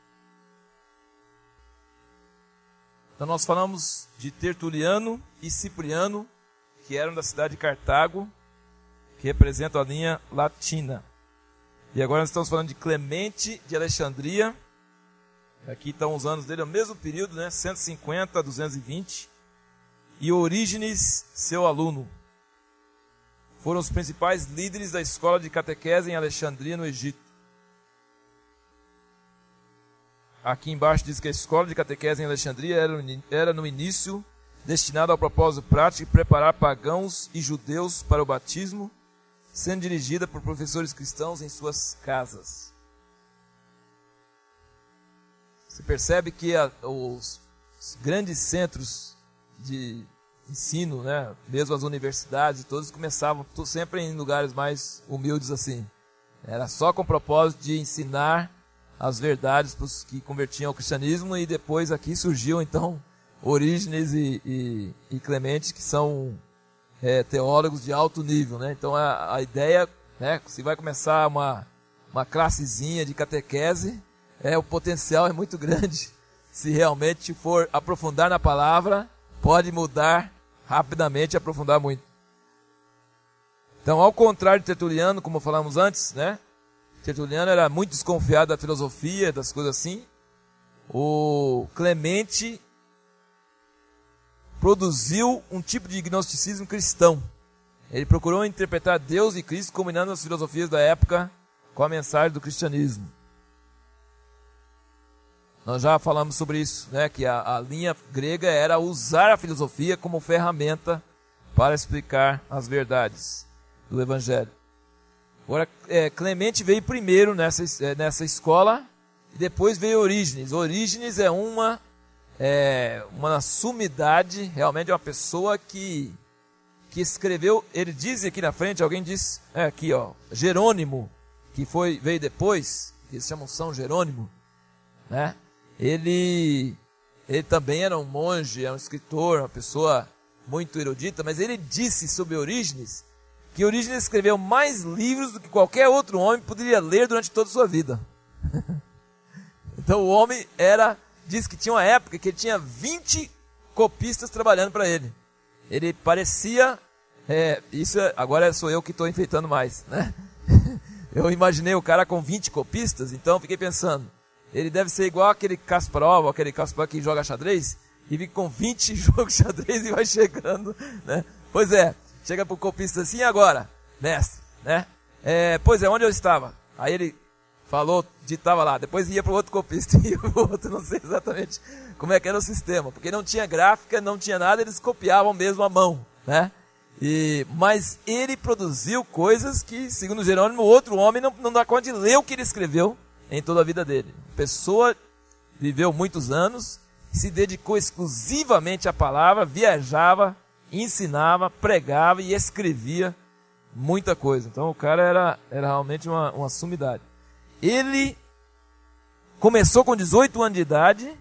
Então, nós falamos de Tertuliano e Cipriano, que eram da cidade de Cartago, que representam a linha latina. E agora nós estamos falando de Clemente de Alexandria. Aqui estão os anos dele, é o mesmo período, né? cento e cinquenta a duzentos e vinte. e Orígenes, seu aluno. Foram os principais líderes da escola de catequese em Alexandria, no Egito. Aqui embaixo diz que a escola de catequese em Alexandria era, era no início destinada ao propósito prático de preparar pagãos e judeus para o batismo, sendo dirigida por professores cristãos em suas casas. Você percebe que a, os, os grandes centros de ensino, né, mesmo as universidades, todos começavam sempre em lugares mais humildes assim. Era só com o propósito de ensinar as verdades para os que convertiam ao cristianismo, e depois aqui surgiu então Orígenes e, e, e Clemente, que são é, teólogos de alto nível, né? Então a, a ideia, né, se vai começar uma, uma classezinha de catequese, é, o potencial é muito grande. Se realmente for aprofundar na palavra, pode mudar rapidamente e aprofundar muito. Então, ao contrário de Tertuliano, como falamos antes, né? Tertuliano era muito desconfiado da filosofia, das coisas assim. O Clemente produziu um tipo de gnosticismo cristão. Ele procurou interpretar Deus e Cristo combinando as filosofias da época com a mensagem do cristianismo. Nós já falamos sobre isso, né? Que a, a linha grega era usar a filosofia como ferramenta para explicar as verdades do Evangelho. Agora, é, Clemente veio primeiro nessa, é, nessa escola, e depois veio Orígenes. Orígenes é uma, é, uma sumidade, realmente é uma pessoa que, que escreveu, ele diz aqui na frente, alguém diz, é aqui ó, Jerônimo, que foi, veio depois, que eles chamam São Jerônimo, né? Ele, ele também era um monge, era um escritor, uma pessoa muito erudita, mas ele disse sobre Orígenes que Orígenes escreveu mais livros do que qualquer outro homem poderia ler durante toda a sua vida. Então o homem era, diz que tinha uma época que ele tinha vinte copistas trabalhando para ele. Ele parecia, é, isso é, agora sou eu que estou enfeitando mais, né? Eu imaginei o cara com vinte copistas, então fiquei pensando, ele deve ser igual aquele Kasparov, aquele Kasparov que joga xadrez, e fica com vinte jogos de xadrez e vai chegando, né? Pois é, chega pro copista assim, agora, mestre, né? É, pois é, onde eu estava? Aí ele falou, ditava lá, depois ia pro outro copista, e ia pro outro, não sei exatamente como é que era o sistema, porque não tinha gráfica, não tinha nada, eles copiavam mesmo à mão, né? E, mas ele produziu coisas que, segundo Jerônimo, outro homem não, não dá conta de ler o que ele escreveu em toda a vida dele. A pessoa viveu muitos anos, se dedicou exclusivamente à palavra, viajava, ensinava, pregava e escrevia muita coisa. Então o cara era, era realmente uma, uma sumidade. Ele começou com dezoito anos de idade,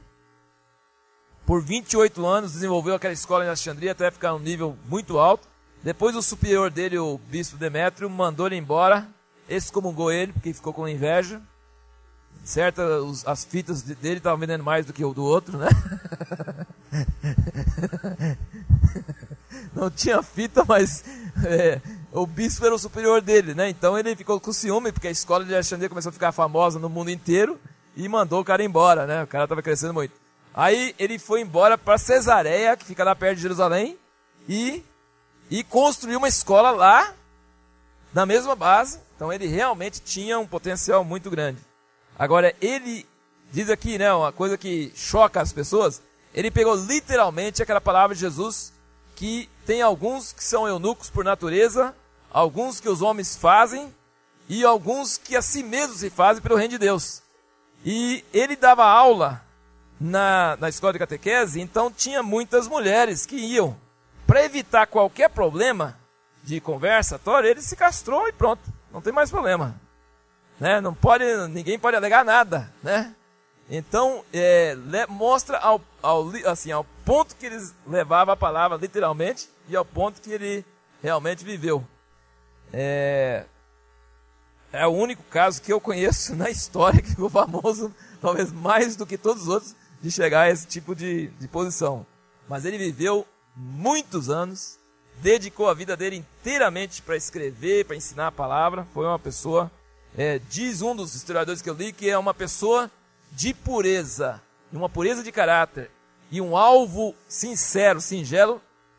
por vinte e oito anos desenvolveu aquela escola em Alexandria até ficar um nível muito alto. Depois o superior dele, o bispo Demétrio, mandou ele embora, excomungou ele porque ficou com inveja. Certo, os, as fitas dele estavam vendendo mais do que o do outro, né? Não tinha fita, mas é, o bispo era o superior dele, né? Então ele ficou com ciúme, porque a escola de Alexandria começou a ficar famosa no mundo inteiro, e mandou o cara embora, né? O cara estava crescendo muito. Aí ele foi embora para Cesareia, que fica lá perto de Jerusalém, e, e construiu uma escola lá, na mesma base. Então ele realmente tinha um potencial muito grande. Agora, ele diz aqui, né, uma coisa que choca as pessoas, ele pegou literalmente aquela palavra de Jesus, que tem alguns que são eunucos por natureza, alguns que os homens fazem, e alguns que a si mesmos se fazem pelo reino de Deus. E ele dava aula na, na escola de catequese, então tinha muitas mulheres que iam. Para evitar qualquer problema de conversa, ele se castrou e pronto, não tem mais problema. Né? Não pode, ninguém pode alegar nada, né? Então é, le, mostra ao, ao, assim, ao ponto que eles levavam a palavra literalmente e ao ponto que ele realmente viveu. É, é o único caso que eu conheço na história que ficou famoso, talvez mais do que todos os outros, de chegar a esse tipo de, de posição. Mas ele viveu muitos anos, dedicou a vida dele inteiramente para escrever, para ensinar a palavra. Foi uma pessoa... É, diz um dos historiadores que eu li que é uma pessoa de pureza, uma pureza de caráter e um alvo sincero, singelo,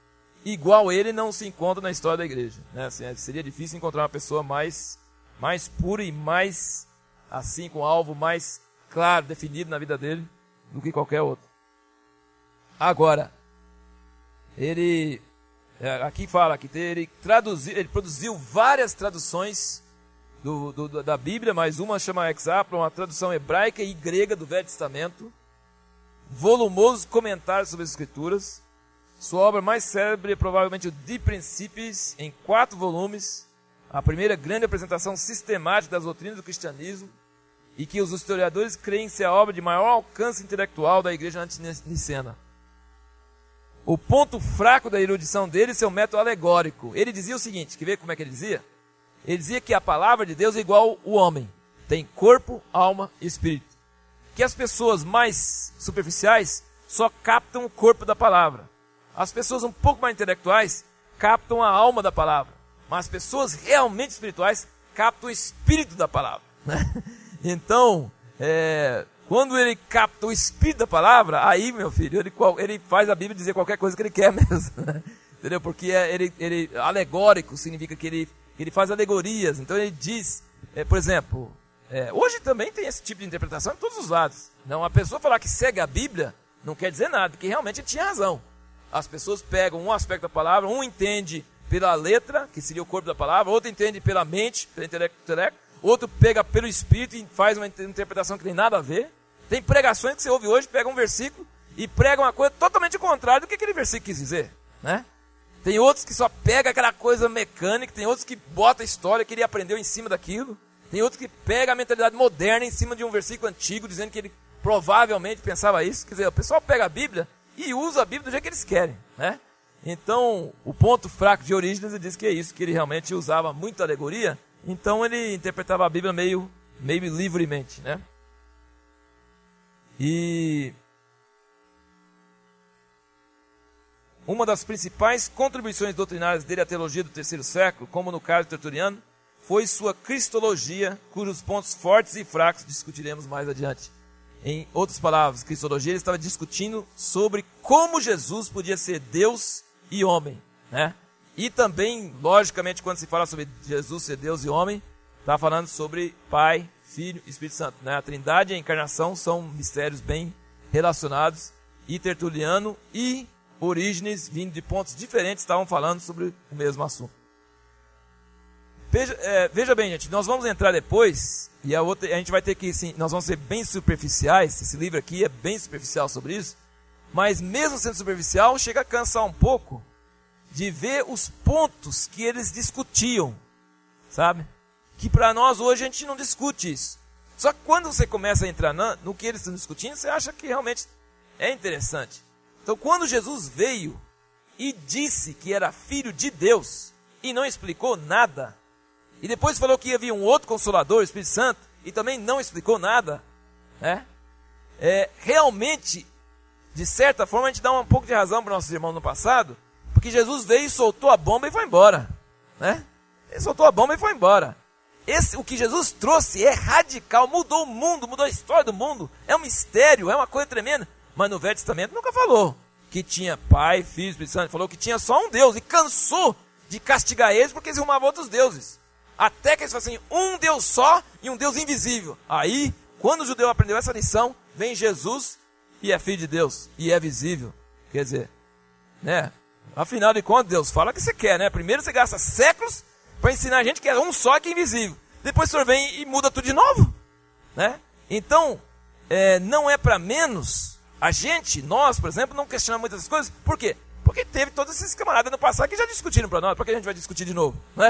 igual ele não se encontra na história da igreja. Né? Assim, seria difícil encontrar uma pessoa mais, mais pura e mais, assim, com alvo mais claro, definido na vida dele, do que qualquer outro. Agora, ele, aqui fala que ele, traduziu, ele produziu várias traduções do, do, da Bíblia, mas uma chama Exapla, uma tradução hebraica e grega do Velho Testamento, volumosos comentários sobre as Escrituras. Sua obra mais célebre é provavelmente o De Principiis, em quatro volumes, a primeira grande apresentação sistemática das doutrinas do cristianismo, e que os historiadores creem ser a obra de maior alcance intelectual da igreja antinicena. O ponto fraco da erudição dele é seu método alegórico. Ele dizia o seguinte, quer ver como é que ele dizia? Ele dizia que a palavra de Deus é igual o homem, tem corpo, alma e espírito. Que as pessoas mais superficiais só captam o corpo da palavra. As pessoas um pouco mais intelectuais captam a alma da palavra. Mas as pessoas realmente espirituais captam o espírito da palavra. Então, é, quando ele capta o espírito da palavra, aí, meu filho, ele, ele faz a Bíblia dizer qualquer coisa que ele quer mesmo. Entendeu? Porque é, ele, ele, alegórico significa que ele, ele faz alegorias. Então ele diz, é, por exemplo, é, hoje também tem esse tipo de interpretação em todos os lados. Não, a pessoa falar que segue a Bíblia não quer dizer nada, porque realmente ele tinha razão. As pessoas pegam um aspecto da palavra, um entende pela letra, que seria o corpo da palavra, outro entende pela mente, pelo intelecto, outro pega pelo espírito e faz uma interpretação que tem nada a ver. Tem pregações que você ouve hoje, pega um versículo e prega uma coisa totalmente contrária do que aquele versículo quis dizer, né? Tem outros que só pega aquela coisa mecânica, tem outros que bota a história que ele aprendeu em cima daquilo, tem outros que pega a mentalidade moderna em cima de um versículo antigo, dizendo que ele provavelmente pensava isso. Quer dizer, o pessoal pega a Bíblia e usa a Bíblia do jeito que eles querem, né? Então, o ponto fraco de Orígenes diz que é isso, que ele realmente usava muita alegoria, então ele interpretava a Bíblia meio, meio livremente, né? E uma das principais contribuições doutrinárias dele à teologia do terceiro século, como no caso de Tertuliano, foi sua cristologia, cujos pontos fortes e fracos discutiremos mais adiante. Em outras palavras, cristologia, ele estava discutindo sobre como Jesus podia ser Deus e homem, né? E também, logicamente, quando se fala sobre Jesus ser Deus e homem, está falando sobre Pai, Filho e Espírito Santo, né? A Trindade e a encarnação são mistérios bem relacionados, e Tertuliano e Orígenes, vindo de pontos diferentes, estavam falando sobre o mesmo assunto. Veja, é, veja bem, gente, nós vamos entrar depois, e a, outra, a gente vai ter que, sim, nós vamos ser bem superficiais, esse livro aqui é bem superficial sobre isso, mas mesmo sendo superficial, chega a cansar um pouco de ver os pontos que eles discutiam, sabe? Que para nós hoje a gente não discute isso. Só que quando você começa a entrar na, no que eles estão discutindo, você acha que realmente é interessante. Então, quando Jesus veio e disse que era filho de Deus e não explicou nada, e depois falou que havia um outro Consolador, o Espírito Santo, e também não explicou nada, né? É, realmente, de certa forma, a gente dá um pouco de razão para os nossos irmãos no passado, porque Jesus veio e soltou a bomba e foi embora, né? Ele soltou a bomba e foi embora. Esse, o que Jesus trouxe é radical, mudou o mundo, mudou a história do mundo, é um mistério, é uma coisa tremenda. Mas no Velho Testamento nunca falou que tinha Pai, Filho, Espírito Santo. Falou que tinha só um Deus e cansou de castigar eles porque eles arrumavam outros deuses. Até que eles falam assim, um Deus só e um Deus invisível. Aí, quando o judeu aprendeu essa lição, vem Jesus e é filho de Deus e é visível. Quer dizer, né? Afinal de contas, Deus fala o que você quer, né? Primeiro você gasta séculos para ensinar a gente que é um só que é invisível. Depois o senhor vem e muda tudo de novo, né? Então, é, não é para menos. A gente, nós, por exemplo, não questionamos muitas dessas coisas. Por quê? Porque teve todos esses camaradas no passado que já discutiram para nós. Por que a gente vai discutir de novo, né?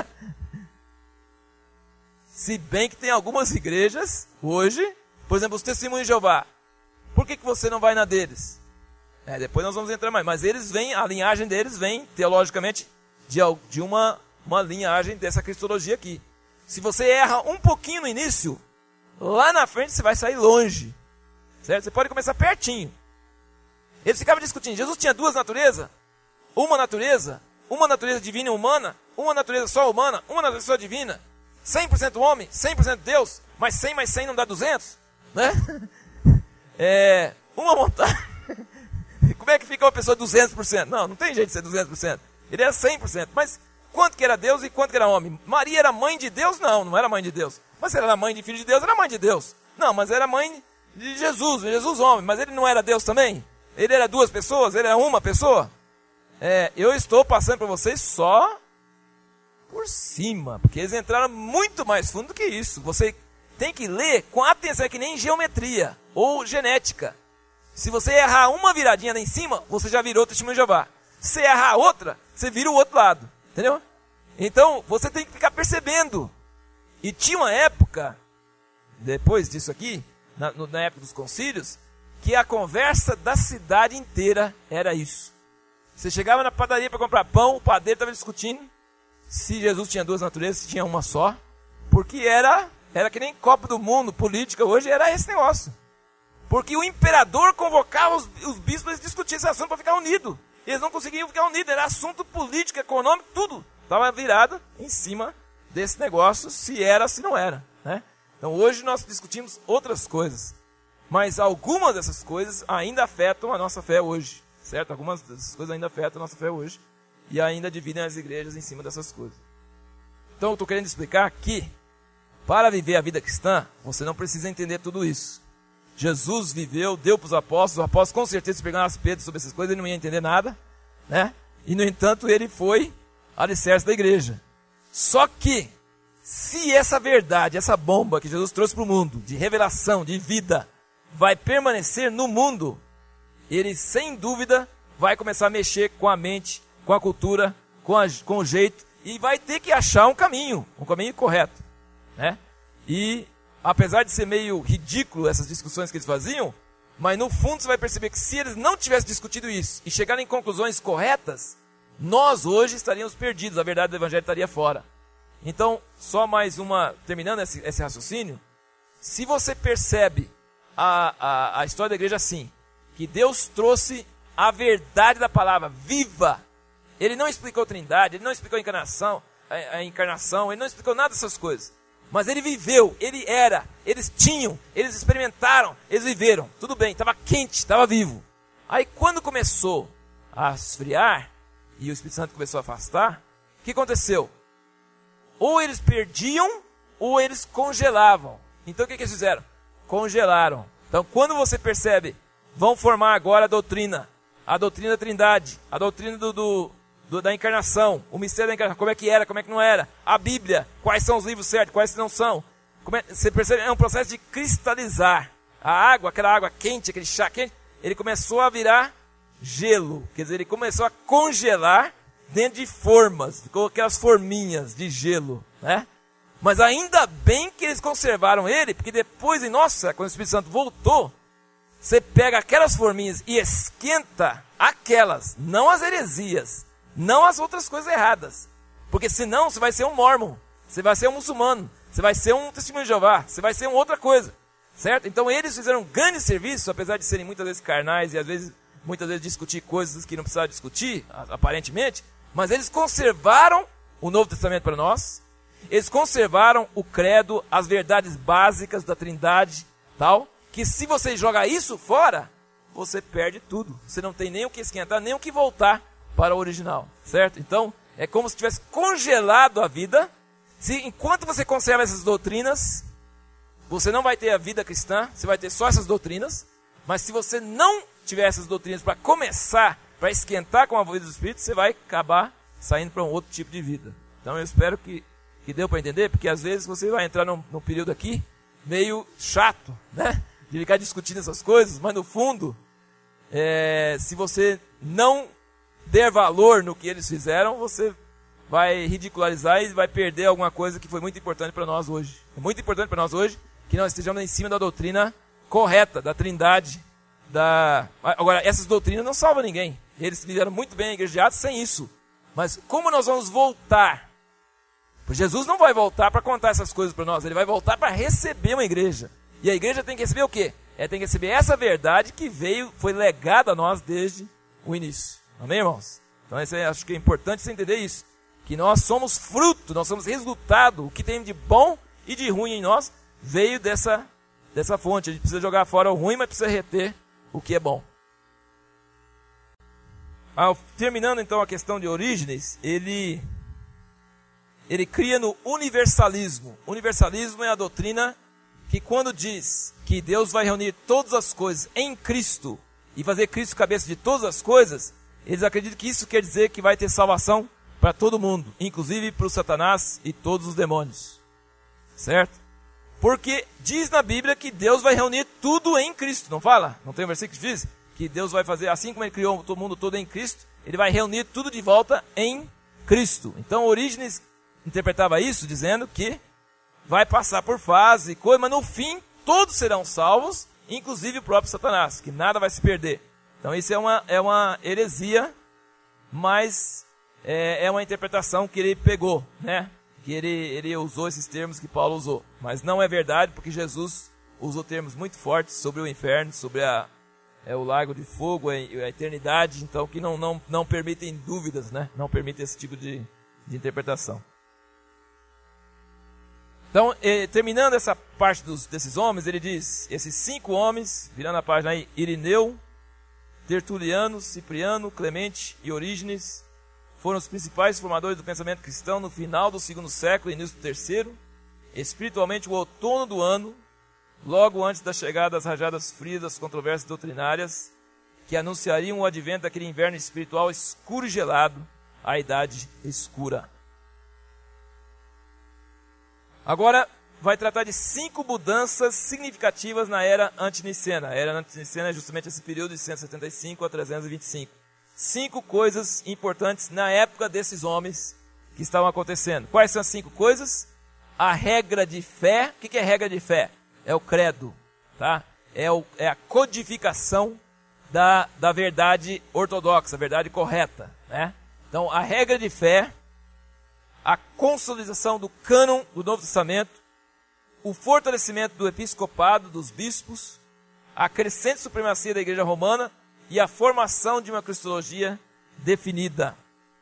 Se bem que tem algumas igrejas, hoje, por exemplo, os Testemunhos de Jeová. Por que, que você não vai na deles? É, depois nós vamos entrar mais. Mas eles vêm, a linhagem deles vem, teologicamente, de, de uma, uma linhagem dessa cristologia aqui. Se você erra um pouquinho no início, lá na frente você vai sair longe. Certo? Você pode começar pertinho. Eles ficavam discutindo. Jesus tinha duas naturezas. Uma natureza. Uma natureza divina e humana. Uma natureza só humana. Uma natureza só divina. cem por cento homem. cem por cento Deus. Mas cem mais cem não dá duzentos. Né? É, uma montanha. Como é que fica uma pessoa duzentos por cento? Não, não tem jeito de ser duzentos por cento. Ele era cem por cento. Mas quanto que era Deus e quanto que era homem? Maria era mãe de Deus? Não, não era mãe de Deus. Mas se ela era mãe de filho de Deus, era mãe de Deus. Não, mas era mãe de Jesus, Jesus homem. Mas ele não era Deus também? Ele era duas pessoas? Ele era uma pessoa? É, eu estou passando para vocês só por cima, porque eles entraram muito mais fundo do que isso. Você tem que ler com atenção, é que nem geometria ou genética. Se você errar uma viradinha lá em cima, você já virou testemunho de Jeová. Se errar outra, você vira o outro lado. Entendeu? Então, você tem que ficar percebendo. E tinha uma época, depois disso aqui, na, na época dos concílios, que a conversa da cidade inteira era isso. Você chegava na padaria para comprar pão, o padeiro estava discutindo se Jesus tinha duas naturezas, se tinha uma só. Porque era, era que nem Copa do Mundo, política hoje, era esse negócio. Porque o imperador convocava os, os bispos a discutir esse assunto para ficar unido. Eles não conseguiam ficar unidos, era assunto político, econômico, tudo. Estava virado em cima desse negócio, se era, se não era. Né? Então hoje nós discutimos outras coisas. Mas algumas dessas coisas ainda afetam a nossa fé hoje. Certo? Algumas dessas coisas ainda afetam a nossa fé hoje. E ainda dividem as igrejas em cima dessas coisas. Então eu estou querendo explicar que, para viver a vida cristã, você não precisa entender tudo isso. Jesus viveu, deu para os apóstolos, os apóstolos com certeza se perguntasse Pedro sobre essas coisas, ele não ia entender nada, né? E no entanto ele foi alicerce da igreja. Só que, se essa verdade, essa bomba que Jesus trouxe para o mundo, de revelação, de vida, vai permanecer no mundo, ele sem dúvida vai começar a mexer com a mente, com a cultura, com, a, com o jeito, e vai ter que achar um caminho, um caminho correto, né? E apesar de ser meio ridículo essas discussões que eles faziam, mas no fundo você vai perceber que se eles não tivessem discutido isso e chegarem em conclusões corretas, nós hoje estaríamos perdidos, a verdade do evangelho estaria fora. Então, só mais uma, terminando esse, esse raciocínio, se você percebe a, a, a história da igreja assim, que Deus trouxe a verdade da palavra viva, ele não explicou a trindade, ele não explicou a encarnação, a, a encarnação, ele não explicou nada dessas coisas. Mas ele viveu, ele era, eles tinham, eles experimentaram, eles viveram. Tudo bem, estava quente, estava vivo. Aí quando começou a esfriar, e o Espírito Santo começou a afastar, o que aconteceu? Ou eles perdiam, ou eles congelavam. Então o que, que eles fizeram? Congelaram. Então quando você percebe, vão formar agora a doutrina, a doutrina da trindade, a doutrina do... do Do, da encarnação, o mistério da encarnação, como é que era, como é que não era, a Bíblia, quais são os livros certos, quais não são. Como é, você percebe, é um processo de cristalizar. A água, aquela água quente, aquele chá quente, ele começou a virar gelo, quer dizer, ele começou a congelar dentro de formas, ficou aquelas forminhas de gelo, né? Mas ainda bem que eles conservaram ele, porque depois, em nossa, quando o Espírito Santo voltou, você pega aquelas forminhas e esquenta aquelas, não as heresias, não as outras coisas erradas. Porque senão você vai ser um mormon, você vai ser um muçulmano, você vai ser um testemunho de Jeová, você vai ser uma outra coisa. Certo? Então eles fizeram um grande serviço, apesar de serem muitas vezes carnais e às vezes, muitas vezes discutir coisas que não precisava discutir, aparentemente. Mas eles conservaram o Novo Testamento para nós. Eles conservaram o credo, as verdades básicas da trindade, tal. Que se você jogar isso fora, você perde tudo. Você não tem nem o que esquentar, nem o que voltar para o original, certo? Então, é como se tivesse congelado a vida. Se, enquanto você conserva essas doutrinas, você não vai ter a vida cristã, você vai ter só essas doutrinas. Mas se você não tiver essas doutrinas para começar, para esquentar com a vida do Espírito, você vai acabar saindo para um outro tipo de vida. Então, eu espero que, que deu para entender, porque às vezes você vai entrar num, num período aqui meio chato, né? De ficar discutindo essas coisas, mas no fundo, é, se você não der valor no que eles fizeram, você vai ridicularizar e vai perder alguma coisa que foi muito importante para nós hoje. É muito importante para nós hoje que nós estejamos em cima da doutrina correta, da trindade. Da... Agora, essas doutrinas não salvam ninguém. Eles fizeram muito bem a igreja de Atos sem isso. Mas como nós vamos voltar? Porque Jesus não vai voltar para contar essas coisas para nós, ele vai voltar para receber uma igreja. E a igreja tem que receber o quê? Ela tem que receber essa verdade que veio, foi legada a nós desde o início. Amém, irmãos? Então, isso é, acho que é importante você entender isso. Que nós somos fruto, nós somos resultado. O que tem de bom e de ruim em nós veio dessa, dessa fonte. A gente precisa jogar fora o ruim, mas precisa reter o que é bom. Ao, terminando então a questão de Orígenes, ele, ele cria no universalismo. Universalismo é a doutrina que quando diz que Deus vai reunir todas as coisas em Cristo e fazer Cristo cabeça de todas as coisas, eles acreditam que isso quer dizer que vai ter salvação para todo mundo, inclusive para o Satanás e todos os demônios. Certo? Porque diz na Bíblia que Deus vai reunir tudo em Cristo, não fala? Não tem um versículo que diz que Deus vai fazer, assim como Ele criou todo mundo todo em Cristo, Ele vai reunir tudo de volta em Cristo. Então Orígenes interpretava isso dizendo que vai passar por fase e coisa, mas no fim todos serão salvos, inclusive o próprio Satanás, que nada vai se perder. Então isso é uma, é uma heresia, mas é, é uma interpretação que ele pegou, né? Que ele, ele usou esses termos que Paulo usou. Mas não é verdade, porque Jesus usou termos muito fortes sobre o inferno, sobre a, é, o lago de fogo, a, a eternidade, então que não, não, não permitem dúvidas, né? Não permitem esse tipo de, de interpretação. Então, eh, terminando essa parte dos, desses homens, ele diz, esses cinco homens, virando a página aí, Irineu, Tertuliano, Cipriano, Clemente e Orígenes, foram os principais formadores do pensamento cristão no final do segundo século e início do terceiro, espiritualmente o outono do ano, logo antes da chegada das rajadas frias das controvérsias doutrinárias, que anunciariam o advento daquele inverno espiritual escuro e gelado, a idade escura. Agora vai tratar de cinco mudanças significativas na era antinicena. A era antinicena é justamente esse período de cento e setenta e cinco a trezentos e vinte e cinco. Cinco coisas importantes na época desses homens que estavam acontecendo. Quais são as cinco coisas? A regra de fé. O que é regra de fé? É o credo, tá? É, o, é a codificação da, da verdade ortodoxa, a verdade correta, né? Então, a regra de fé, a consolidação do cânon do Novo Testamento, o fortalecimento do episcopado, dos bispos, a crescente supremacia da Igreja Romana e a formação de uma cristologia definida.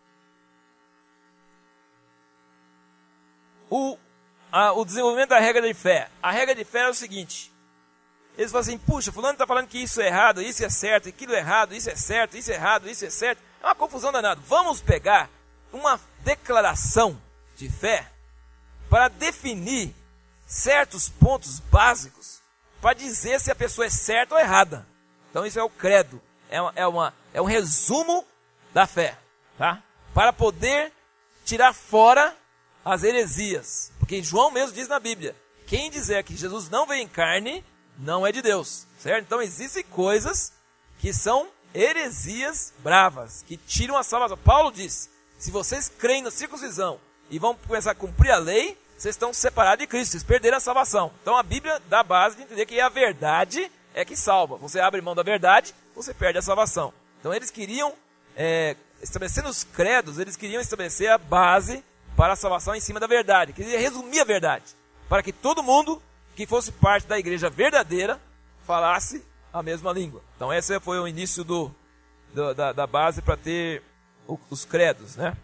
O, a, o desenvolvimento da regra de fé. A regra de fé é o seguinte: eles falam assim, puxa, fulano está falando que isso é errado, isso é certo, aquilo é errado, isso é certo, isso é errado, isso é certo. É uma confusão danada. Vamos pegar uma declaração de fé para definir certos pontos básicos para dizer se a pessoa é certa ou errada. Então isso é o credo, é, uma, é, uma, é um resumo da fé, tá? Para poder tirar fora as heresias, porque João mesmo diz na Bíblia, quem dizer que Jesus não veio em carne, não é de Deus, certo? Então existem coisas que são heresias bravas, que tiram a salvação. Paulo diz, se vocês creem na circuncisão e vão começar a cumprir a lei, vocês estão separados de Cristo, vocês perderam a salvação. Então a Bíblia dá a base de entender que a verdade é que salva. Você abre mão da verdade, você perde a salvação. Então eles queriam, é, estabelecendo os credos, eles queriam estabelecer a base para a salvação em cima da verdade. Queria resumir a verdade, para que todo mundo que fosse parte da igreja verdadeira falasse a mesma língua. Então esse foi o início do, do, da, da base para ter o, os credos, né?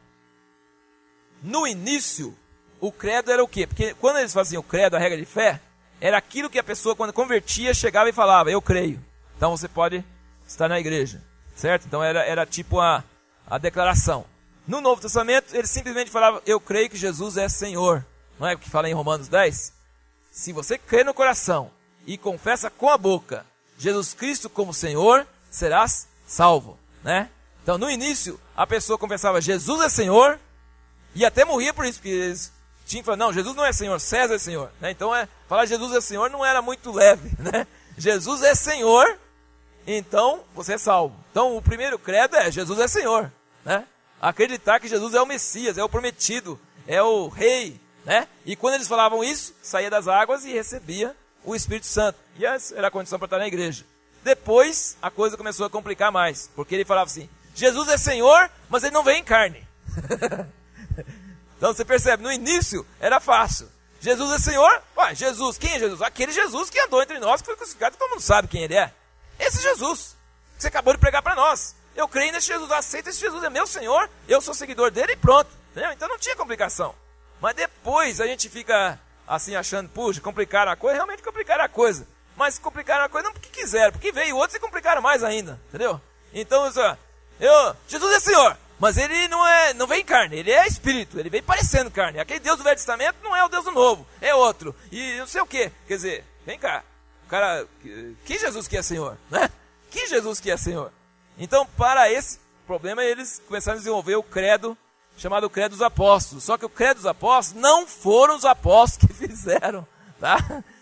No início, o credo era o quê? Porque quando eles faziam o credo, a regra de fé, era aquilo que a pessoa, quando convertia, chegava e falava, eu creio. Então você pode estar na igreja, certo? Então era, era tipo a, a declaração. No Novo Testamento, ele simplesmente falava, eu creio que Jesus é Senhor. Não é o que fala em Romanos dez? Se você crê no coração e confessa com a boca Jesus Cristo como Senhor, serás salvo, né? Então no início, a pessoa confessava, Jesus é Senhor, e até morria por isso, porque eles tinham que falar, não, Jesus não é Senhor, César é Senhor, né? Então é, falar Jesus é Senhor não era muito leve, né? Jesus é Senhor, então você é salvo. Então o primeiro credo é, Jesus é Senhor, né? Acreditar que Jesus é o Messias, é o prometido, é o rei, né? E quando eles falavam isso, saía das águas e recebia o Espírito Santo. E essa era a condição para estar na igreja. Depois, a coisa começou a complicar mais, porque ele falava assim, Jesus é Senhor, mas ele não veio em carne. Então você percebe, no início era fácil. Jesus é Senhor, ué, Jesus, quem é Jesus? Aquele Jesus que andou entre nós, que foi crucificado, todo mundo sabe quem ele é. Esse Jesus, que você acabou de pregar para nós. Eu creio nesse Jesus, aceito esse Jesus, é meu Senhor, eu sou seguidor dele e pronto. Entendeu? Então não tinha complicação. Mas depois a gente fica assim achando, puxa, complicaram a coisa, realmente complicaram a coisa. Mas complicaram a coisa não porque quiseram, porque veio outros e complicaram mais ainda, entendeu? Então, Eu, Jesus é Senhor, mas ele não, é, não vem em carne, ele é espírito, ele vem parecendo carne. Aquele Deus do Velho Testamento não é o Deus do Novo, é outro. E não sei o que, quer dizer, vem cá, o cara, que Jesus que é Senhor, né? Que Jesus que é Senhor. Então, para esse problema, eles começaram a desenvolver o credo, chamado credo dos apóstolos. Só que o credo dos apóstolos não foram os apóstolos que fizeram, tá?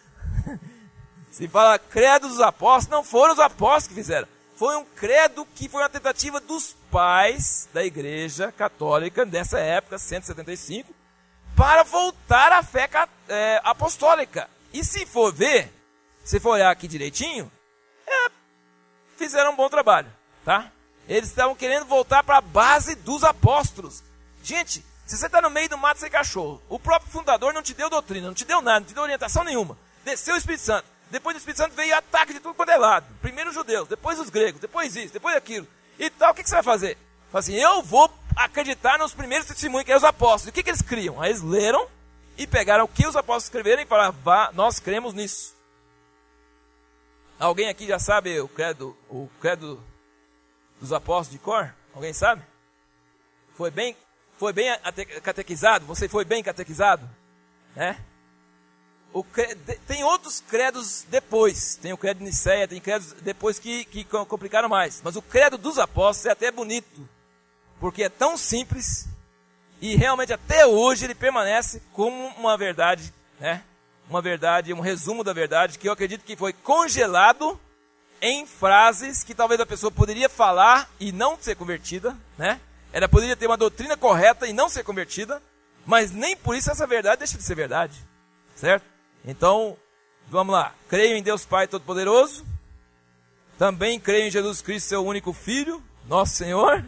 Se fala credo dos apóstolos, não foram os apóstolos que fizeram. Foi um credo que foi uma tentativa dos pais da igreja católica dessa época, cento e setenta e cinco, para voltar à fé é, apostólica. E se for ver, se for olhar aqui direitinho, é, fizeram um bom trabalho, tá? Eles estavam querendo voltar para a base dos apóstolos. Gente, se você está no meio do mato sem cachorro, o próprio fundador não te deu doutrina, não te deu nada, não te deu orientação nenhuma. Desceu o Espírito Santo. Depois do Espírito Santo veio ataque de tudo quanto é lado. Primeiro os judeus, depois os gregos, depois isso, depois aquilo. E tal, o que, que você vai fazer? Fala assim, eu vou acreditar nos primeiros testemunhos, que é os apóstolos. E o que, que eles criam? Aí eles leram e pegaram o que os apóstolos escreveram e falaram, vá, nós cremos nisso. Alguém aqui já sabe o credo, o credo dos apóstolos de cor? Alguém sabe? Foi bem, foi bem catequizado? Você foi bem catequizado? É? O credo, tem outros credos depois. Tem o credo de Nicéia, tem credos depois que, que complicaram mais. Mas o credo dos apóstolos é até bonito. Porque é tão simples e realmente até hoje ele permanece como uma verdade, né? Uma verdade, um resumo da verdade, que eu acredito que foi congelado em frases que talvez a pessoa poderia falar e não ser convertida, né? Ela poderia ter uma doutrina correta e não ser convertida, mas nem por isso essa verdade deixa de ser verdade, certo? Então, vamos lá. Creio em Deus Pai Todo-Poderoso, também creio em Jesus Cristo, seu único Filho, nosso Senhor,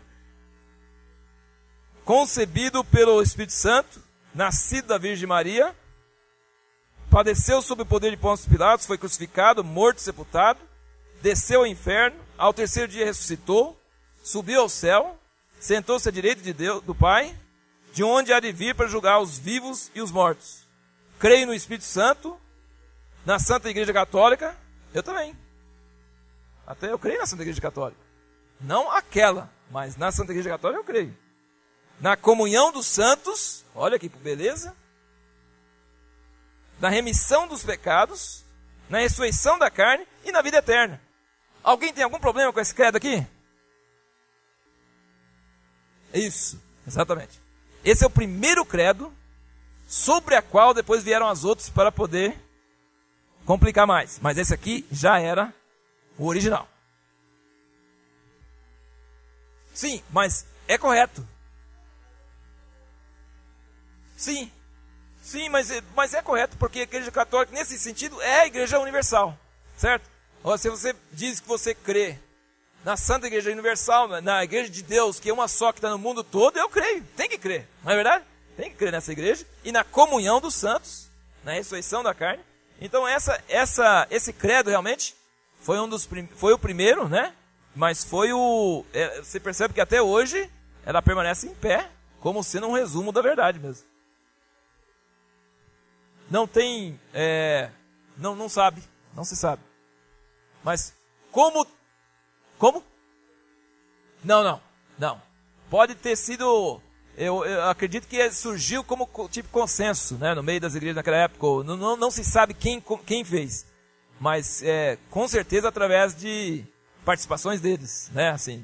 concebido pelo Espírito Santo, nascido da Virgem Maria, padeceu sob o poder de Pôncio Pilatos, foi crucificado, morto e sepultado, desceu ao inferno, ao terceiro dia ressuscitou, subiu ao céu, sentou-se à direita de Deus, do Pai, de onde há de vir para julgar os vivos e os mortos. Creio no Espírito Santo, na Santa Igreja Católica, eu também. Até eu creio na Santa Igreja Católica. Não aquela, mas na Santa Igreja Católica eu creio. Na comunhão dos santos, olha aqui por beleza, na remissão dos pecados, na ressurreição da carne e na vida eterna. Alguém tem algum problema com esse credo aqui? Isso, exatamente. Esse é o primeiro credo, sobre a qual depois vieram as outras para poder complicar mais. Mas esse aqui já era o original. Sim, mas é correto. Sim, sim, mas, mas é correto, porque a Igreja Católica, nesse sentido, é a Igreja Universal, certo? Ou se você diz que você crê na Santa Igreja Universal, na Igreja de Deus, que é uma só, que está no mundo todo, eu creio, tem que crer, não é verdade? Tem que crer nessa igreja, e na comunhão dos santos, na ressurreição da carne. Então essa, essa, esse credo realmente foi, um dos, foi o primeiro, né? Mas foi o... É, você percebe que até hoje ela permanece em pé, como sendo um resumo da verdade mesmo. Não tem... É, não, não sabe, não se sabe. Mas como... Como? Não, não, não. Pode ter sido... Eu, eu acredito que surgiu como tipo consenso, né, no meio das igrejas naquela época. Não, não, não se sabe quem, quem fez. Mas é, com certeza através de participações deles, né, assim.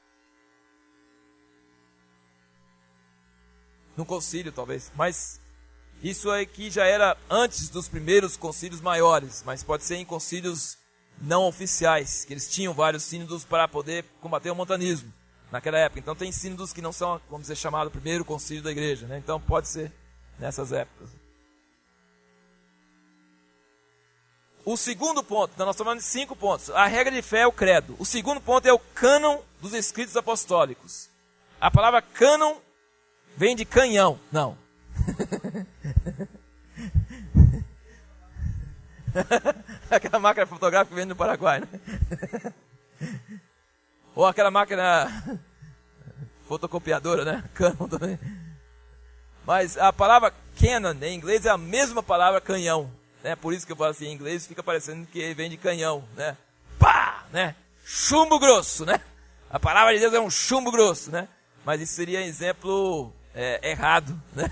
Num concílio, talvez. Mas isso aqui já era antes dos primeiros concílios maiores. Mas pode ser em concílios não oficiais, que eles tinham vários sínodos para poder combater o montanismo naquela época. Então tem sínodos que não são, vamos dizer, chamado o primeiro concílio da igreja, né? Então pode ser nessas épocas. O segundo ponto, então nós estamos falando de cinco pontos. A regra de fé é o credo. O segundo ponto é o cânon dos escritos apostólicos. A palavra cânon vem de canhão. Não. Aquela máquina fotográfica que vem no Paraguai, né? Ou aquela máquina fotocopiadora, né? Canon também. Mas a palavra cannon em inglês é a mesma palavra canhão, né? Por isso que eu falo assim, em inglês fica parecendo que vem de canhão, né? Pá, né? Chumbo grosso, né? A palavra de Deus é um chumbo grosso, né? Mas isso seria exemplo é, errado, né?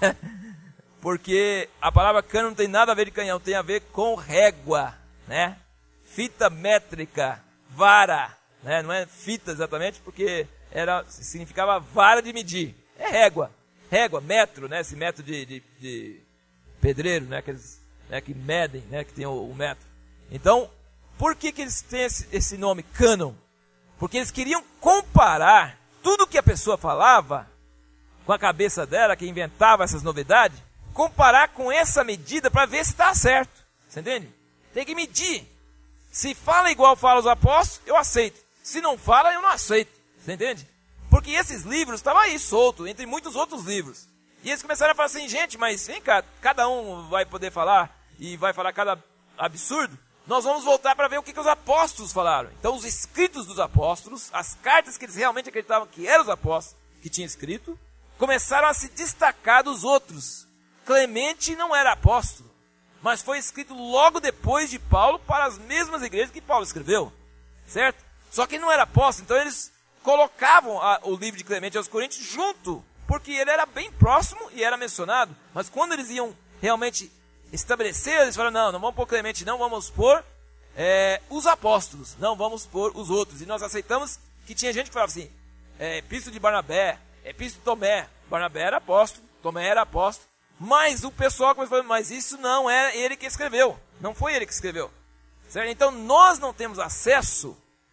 Porque a palavra cano não tem nada a ver de canhão, tem a ver com régua, né? Fita métrica, vara, né? Não é fita exatamente, porque era, significava vara de medir. É régua, régua, metro, né? Esse metro de, de, de pedreiro, né? Aqueles, né? Que medem, né? Que tem o, o metro. Então, por que que eles têm esse, esse nome, cânon? Porque eles queriam comparar tudo que a pessoa falava com a cabeça dela, que inventava essas novidades, comparar com essa medida para ver se está certo. Você entende? Tem que medir. Se fala igual fala os apóstolos, eu aceito. Se não fala, eu não aceito. Você entende? Porque esses livros estavam aí soltos, entre muitos outros livros. E eles começaram a falar assim, gente, mas vem cá, cada um vai poder falar e vai falar cada absurdo. Nós vamos voltar para ver o que, que os apóstolos falaram. Então, os escritos dos apóstolos, as cartas que eles realmente acreditavam que eram os apóstolos que tinham escrito, começaram a se destacar dos outros. Clemente não era apóstolo, mas foi escrito logo depois de Paulo para as mesmas igrejas que Paulo escreveu, certo? Só que ele não era apóstolo, então eles colocavam a, o livro de Clemente aos Coríntios junto, porque ele era bem próximo e era mencionado. Mas quando eles iam realmente estabelecer, eles falaram, não, não vamos pôr Clemente, não, vamos pôr é, os apóstolos, não vamos pôr os outros. E nós aceitamos que tinha gente que falava assim, é, epístola de Barnabé, epístola de Tomé. Barnabé era apóstolo, Tomé era apóstolo, mas o pessoal começou a falar, mas isso não é ele que escreveu, não foi ele que escreveu. Certo? Então nós não temos acesso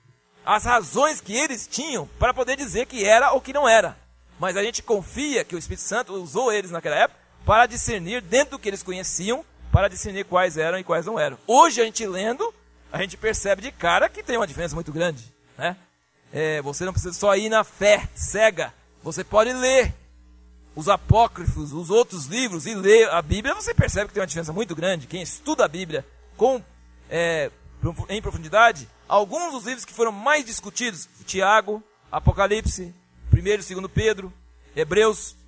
às razões que eles tinham para poder dizer que era ou que não era. Mas a gente confia que o Espírito Santo usou eles naquela época para discernir dentro do que eles conheciam, para discernir quais eram e quais não eram. Hoje a gente lendo, a gente percebe de cara que tem uma diferença muito grande, né? É, você não precisa só ir na fé cega, você pode ler os apócrifos, os outros livros e ler a Bíblia, você percebe que tem uma diferença muito grande. Quem estuda a Bíblia com, é, em profundidade, alguns dos livros que foram mais discutidos, Tiago, Apocalipse, primeiro e segundo Pedro, Hebreus,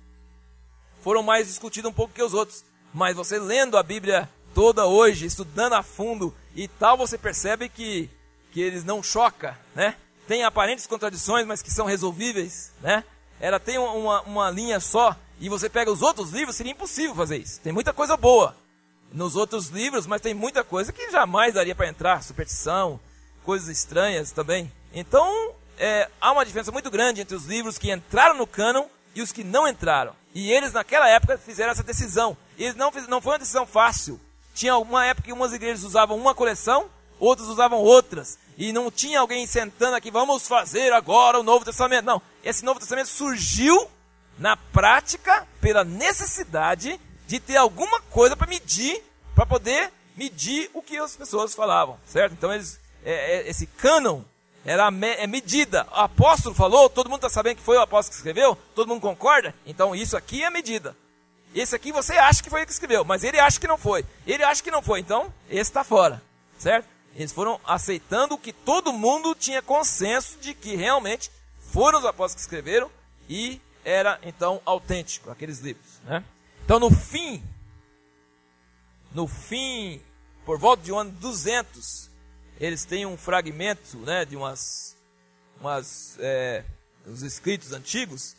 foram mais discutidos um pouco que os outros. Mas você lendo a Bíblia toda hoje, estudando a fundo e tal, você percebe que, que eles não chocam, né? Tem aparentes contradições, mas que são resolvíveis, né? Ela tem uma, uma linha só, e você pega os outros livros, seria impossível fazer isso. Tem muita coisa boa nos outros livros, mas tem muita coisa que jamais daria para entrar, superstição, coisas estranhas também. Então, é, há uma diferença muito grande entre os livros que entraram no cânon e os que não entraram. E eles, naquela época, fizeram essa decisão. Eles não, fiz, não foi uma decisão fácil. Tinha uma época que umas igrejas usavam uma coleção, outras usavam outras. E não tinha alguém sentando aqui, vamos fazer agora o Novo Testamento. Não, esse Novo Testamento surgiu na prática pela necessidade de ter alguma coisa para medir, para poder medir o que as pessoas falavam, certo? Então, eles, é, é, esse cânon era a me, é medida. O apóstolo falou, todo mundo está sabendo que foi o apóstolo que escreveu, todo mundo concorda? Então, isso aqui é medida. Esse aqui você acha que foi ele que escreveu, mas ele acha que não foi. Ele acha que não foi, então esse está fora, certo? Eles foram aceitando que todo mundo tinha consenso de que realmente foram os apóstolos que escreveram e era, então, autêntico, aqueles livros, né? Então, no fim, no fim, por volta de um ano duzentos, eles têm um fragmento, né, de umas, umas é, os escritos antigos,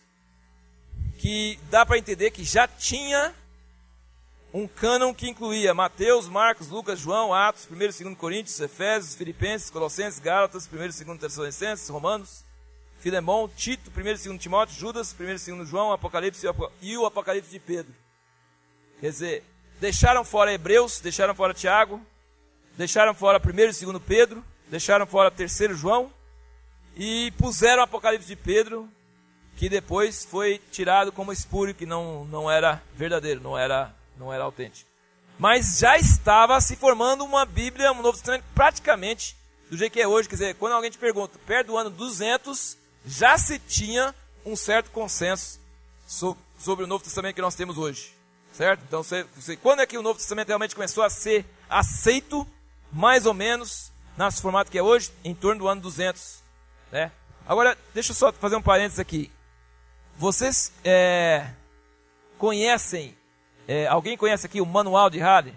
que dá para entender que já tinha um cânon que incluía Mateus, Marcos, Lucas, João, Atos, primeiro e segundo Coríntios, Efésios, Filipenses, Colossenses, Gálatas, primeiro e segundo Tessalonicenses, Romanos, Filemão, Tito, primeiro e segundo Timóteo, Judas, primeiro e segundo João, Apocalipse e o Apocalipse de Pedro. Quer dizer, deixaram fora Hebreus, deixaram fora Tiago, deixaram fora primeiro e segundo Pedro, deixaram fora terceiro João e puseram o Apocalipse de Pedro, que depois foi tirado como espúrio, que não, não era verdadeiro, não era, não era autêntico. Mas já estava se formando uma Bíblia, um Novo Testamento, praticamente do jeito que é hoje. Quer dizer, quando alguém te pergunta, perto do ano duzentos, já se tinha um certo consenso so, sobre o Novo Testamento que nós temos hoje. Certo? Então, você, você, quando é que o Novo Testamento realmente começou a ser aceito, mais ou menos, nesse formato que é hoje? Em torno do ano duzentos. Né? Agora, deixa eu só fazer um parênteses aqui. Vocês é, conhecem, é, alguém conhece aqui o Manual de Halley?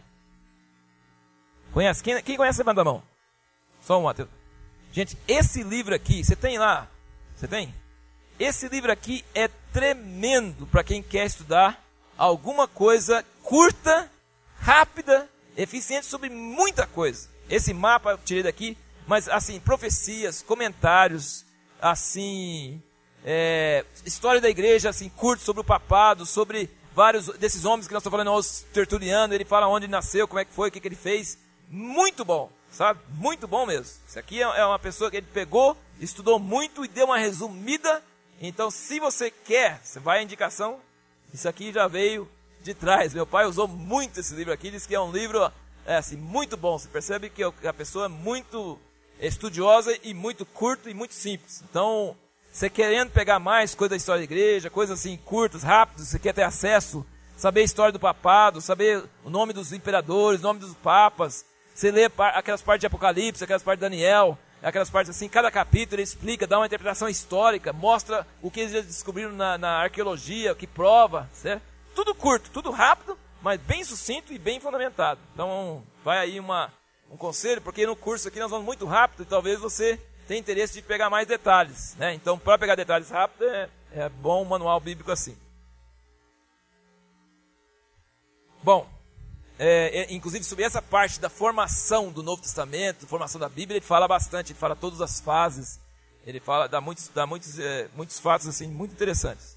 Conhece? Quem, quem conhece, levanta a mão. Só um, Matheus. Gente, esse livro aqui, você tem lá, Você tem? Esse livro aqui é tremendo para quem quer estudar alguma coisa curta, rápida, eficiente sobre muita coisa. Esse mapa eu tirei daqui, mas assim, profecias, comentários, assim, é, história da igreja, assim, curto sobre o papado, sobre vários desses homens que nós estamos falando, os Tertuliano, ele fala onde ele nasceu, como é que foi, o que, que ele fez. Muito bom, sabe? Muito bom mesmo. Isso aqui é uma pessoa que ele pegou, estudou muito e deu uma resumida. Então, se você quer, você vai à indicação, isso aqui já veio de trás. Meu pai usou muito esse livro aqui, diz que é um livro é, assim, muito bom. Você percebe que a pessoa é muito estudiosa e muito curto e muito simples. Então, você querendo pegar mais coisa da história da igreja, coisas assim curtas, rápidas, você quer ter acesso, saber a história do papado, saber o nome dos imperadores, o nome dos papas, você lê aquelas partes de Apocalipse, aquelas partes de Daniel, aquelas partes assim, cada capítulo ele explica, dá uma interpretação histórica, mostra o que eles descobriram na, na arqueologia, o que prova, certo? Tudo curto, tudo rápido, mas bem sucinto e bem fundamentado. Então, vai aí uma, um conselho, porque no curso aqui nós vamos muito rápido e talvez você tenha interesse de pegar mais detalhes, né? Então, para pegar detalhes rápidos, é, é bom um manual bíblico assim. Bom, é, é, inclusive sobre essa parte da formação do Novo Testamento, formação da Bíblia, ele fala bastante, ele fala todas as fases, ele fala, dá muitos, dá muitos, é, muitos fatos assim, muito interessantes.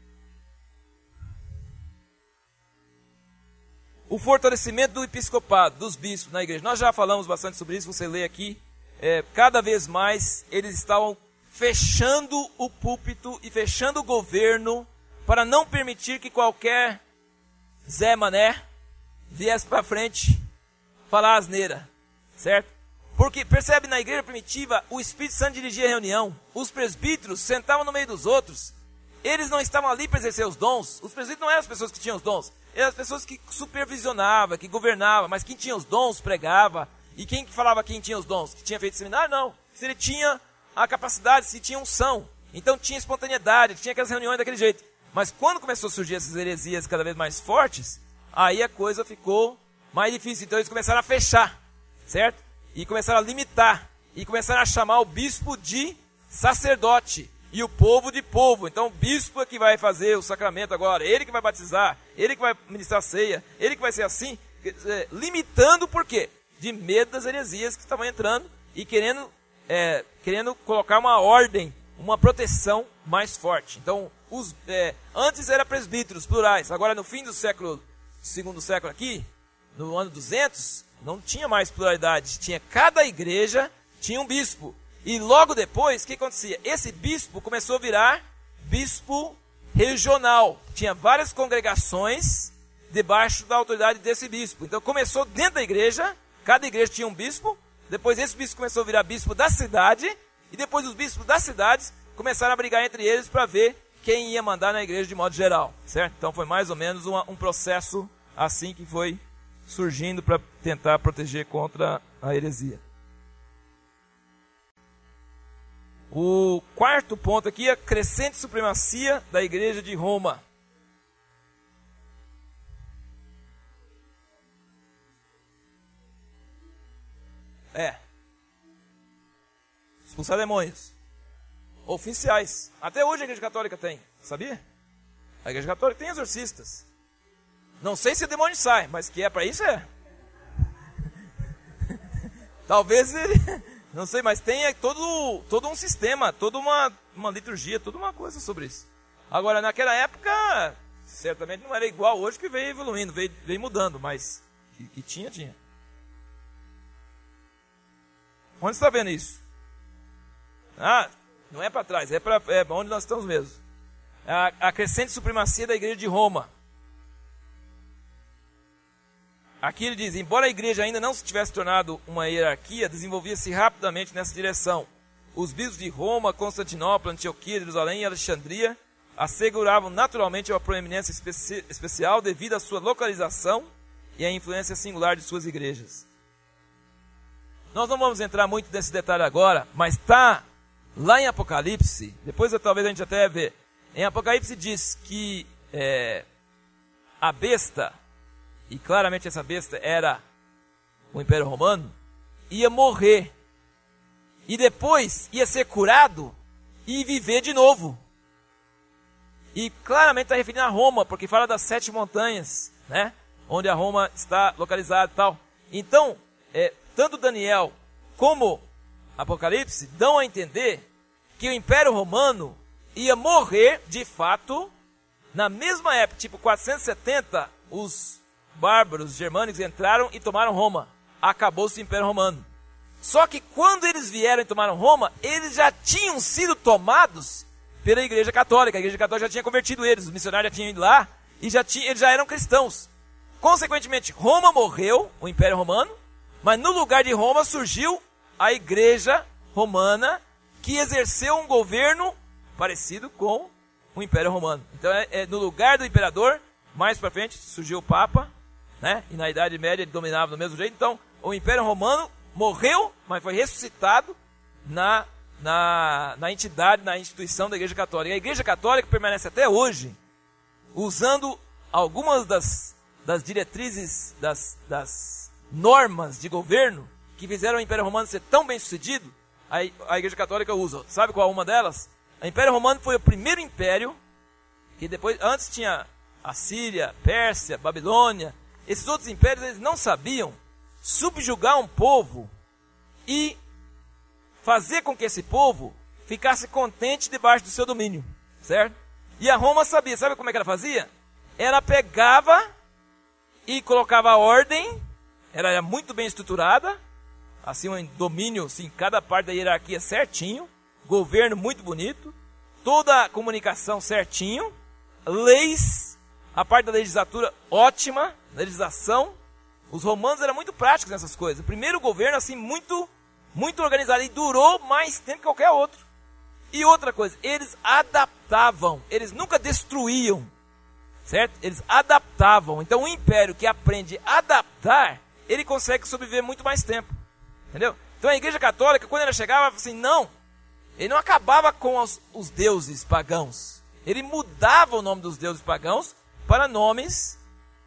O fortalecimento do episcopado, dos bispos na igreja. Nós já falamos bastante sobre isso, você lê aqui. É, cada vez mais eles estavam fechando o púlpito e fechando o governo para não permitir que qualquer Zé Mané viesse para frente falar asneira, certo? Porque, percebe, na igreja primitiva, o Espírito Santo dirigia a reunião, os presbíteros sentavam no meio dos outros, eles não estavam ali para exercer os dons, os presbíteros não eram as pessoas que tinham os dons, eram as pessoas que supervisionavam, que governavam, mas quem tinha os dons pregava. E quem falava quem tinha os dons? Que tinha feito seminário? Não. Se ele tinha a capacidade, se tinha unção. Então tinha espontaneidade, tinha aquelas reuniões daquele jeito. Mas quando começou a surgir essas heresias cada vez mais fortes, aí a coisa ficou mais difícil. Então eles começaram a fechar, certo? E começaram a limitar. E começaram a chamar o bispo de sacerdote. E o povo de povo. Então o bispo é que vai fazer o sacramento agora. Ele que vai batizar. Ele que vai ministrar a ceia. Ele que vai ser assim. Limitando por quê? De medo das heresias que estavam entrando e querendo, é, querendo colocar uma ordem, uma proteção mais forte. Então, os, é, antes era presbíteros plurais, agora no fim do século, segundo século aqui, no ano duzentos, não tinha mais pluralidade, tinha cada igreja, tinha um bispo. E logo depois, o que acontecia? Esse bispo começou a virar bispo regional, tinha várias congregações debaixo da autoridade desse bispo. Então começou dentro da igreja, cada igreja tinha um bispo, depois esse bispo começou a virar bispo da cidade, e depois os bispos das cidades começaram a brigar entre eles para ver quem ia mandar na igreja de modo geral, certo? Então foi mais ou menos uma, um processo assim que foi surgindo para tentar proteger contra a heresia. O quarto ponto aqui é a crescente supremacia da igreja de Roma. É. Expulsar demônios. Oficiais. Até hoje a igreja católica tem. Sabia? A igreja católica tem exorcistas. Não sei se o demônio sai, mas que é para isso é. Talvez ele... Não sei, mas tem todo, todo um sistema, toda uma, uma liturgia, toda uma coisa sobre isso. Agora, naquela época, certamente não era igual hoje, que veio evoluindo, veio, veio mudando, mas que, que tinha, tinha. Onde você está vendo isso? Ah, não é para trás, é, pra, é onde nós estamos mesmo. A, a crescente supremacia da igreja de Roma. Aqui ele diz, embora a igreja ainda não se tivesse tornado uma hierarquia, desenvolvia-se rapidamente nessa direção. Os bispos de Roma, Constantinopla, Antioquia, Jerusalém e Alexandria asseguravam naturalmente uma proeminência especi- especial devido à sua localização e à influência singular de suas igrejas. Nós não vamos entrar muito nesse detalhe agora, mas está lá em Apocalipse, depois talvez a gente até vê, em Apocalipse diz que é, a besta, e claramente essa besta era o Império Romano, ia morrer. E depois ia ser curado e viver de novo. E claramente está referindo a Roma, porque fala das sete montanhas, né? Onde a Roma está localizada e tal. Então, é, tanto Daniel como Apocalipse dão a entender que o Império Romano ia morrer, de fato, na mesma época, tipo quatrocentos e setenta, os bárbaros germânicos entraram e tomaram Roma. Acabou-se o Império Romano. Só que quando eles vieram e tomaram Roma, eles já tinham sido tomados pela Igreja Católica. A Igreja Católica já tinha convertido eles, os missionários já tinham ido lá e já tinha, eles já eram cristãos. Consequentemente, Roma morreu, o Império Romano, mas no lugar de Roma surgiu a Igreja Romana, que exerceu um governo parecido com o Império Romano. Então, é, é, no lugar do imperador, mais para frente, surgiu o Papa, né? E na Idade Média ele dominava do mesmo jeito. Então, o Império Romano morreu, mas foi ressuscitado na, na, na entidade, na instituição da Igreja Católica. A Igreja Católica permanece até hoje, usando algumas das, das diretrizes, das, das normas de governo que fizeram o Império Romano ser tão bem sucedido. A, a Igreja Católica usa. Sabe qual é uma delas? O Império Romano foi o primeiro império, que depois, antes tinha a Síria, Pérsia, Babilônia. Esses outros impérios, eles não sabiam subjugar um povo e fazer com que esse povo ficasse contente debaixo do seu domínio, certo? E a Roma sabia, sabe como é que ela fazia? Ela pegava e colocava ordem, ela era muito bem estruturada, assim um domínio, assim, cada parte da hierarquia certinho, governo muito bonito, toda a comunicação certinho, leis, a parte da legislatura ótima, legislação. Os romanos eram muito práticos nessas coisas. O primeiro governo, assim, muito, muito organizado. E durou mais tempo que qualquer outro. E outra coisa, eles adaptavam. Eles nunca destruíam. Certo? Eles adaptavam. Então, o império que aprende a adaptar, ele consegue sobreviver muito mais tempo. Entendeu? Então, a Igreja Católica, quando ela chegava, ela falava assim, não. Ele não acabava com os, os deuses pagãos. Ele mudava o nome dos deuses pagãos para nomes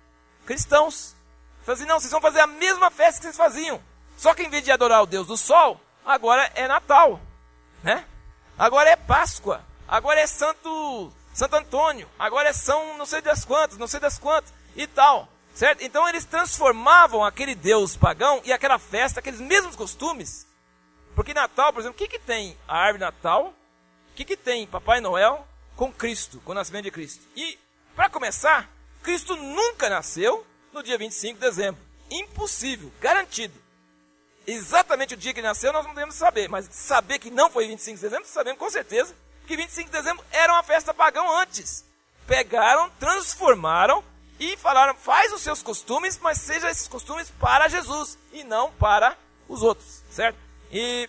cristãos. Falei assim, não, vocês vão fazer a mesma festa que vocês faziam. Só que em vez de adorar o Deus do Sol, agora é Natal, né? Agora é Páscoa, agora é Santo, Santo Antônio, agora é São não sei das quantas, não sei das quantas e tal, certo? Então eles transformavam aquele Deus pagão e aquela festa, aqueles mesmos costumes. Porque Natal, por exemplo, o que, que tem a árvore de Natal? O que, que tem Papai Noel com Cristo, com o nascimento de Cristo? E, para começar, Cristo nunca nasceu no dia vinte e cinco de dezembro. Impossível, garantido. Exatamente o dia que ele nasceu nós não podemos saber, mas saber que não foi vinte e cinco de dezembro, sabemos com certeza, que vinte e cinco de dezembro era uma festa pagã antes. Pegaram, transformaram e falaram, faz os seus costumes, mas seja esses costumes para Jesus e não para os outros, certo? E,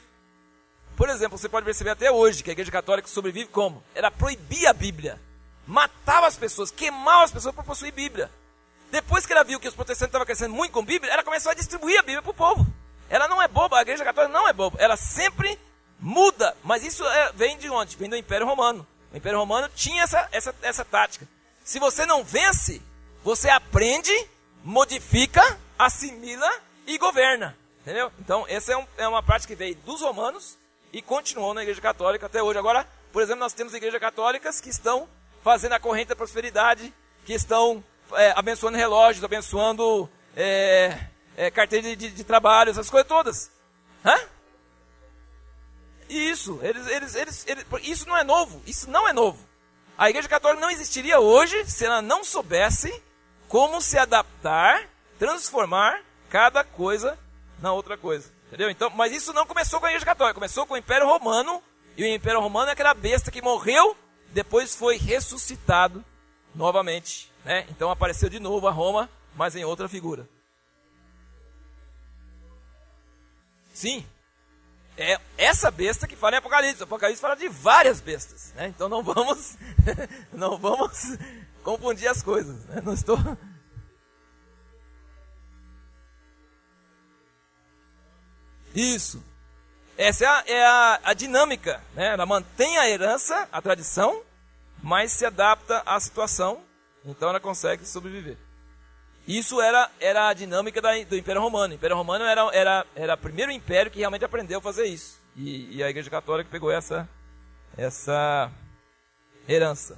por exemplo, você pode perceber até hoje que a Igreja Católica sobrevive como? Ela proibia a Bíblia, matava as pessoas, queimava as pessoas para possuir Bíblia. Depois que ela viu que os protestantes estavam crescendo muito com Bíblia, ela começou a distribuir a Bíblia para o povo. Ela não é boba, a Igreja Católica não é boba. Ela sempre muda, mas isso é, vem de onde? Vem do Império Romano. O Império Romano tinha essa, essa, essa tática. Se você não vence, você aprende, modifica, assimila e governa. Entendeu? Então, essa é, um, é uma prática que veio dos romanos e continuou na Igreja Católica até hoje. Agora, por exemplo, nós temos igrejas católicas que estão fazendo a corrente da prosperidade, que estão é, abençoando relógios, abençoando é, é, carteira de, de, de trabalho, essas coisas todas. Hã? Isso, eles, eles, eles, eles, isso não é novo, isso não é novo. A Igreja Católica não existiria hoje se ela não soubesse como se adaptar, transformar cada coisa na outra coisa, entendeu? Então, mas isso não começou com a Igreja Católica, começou com o Império Romano, e o Império Romano é aquela besta que morreu, depois foi ressuscitado novamente, né? Então apareceu de novo a Roma, mas em outra figura. Sim, é essa besta que fala em Apocalipse. O Apocalipse fala de várias bestas, né? Então não vamos, não vamos confundir as coisas, né? Não estou... Isso. Essa é a, é a, a dinâmica, né? Ela mantém a herança, a tradição, mas se adapta à situação, então ela consegue sobreviver. Isso era, era a dinâmica da, do Império Romano. O Império Romano era, era, era o primeiro império que realmente aprendeu a fazer isso. E, e a Igreja Católica pegou essa, essa herança.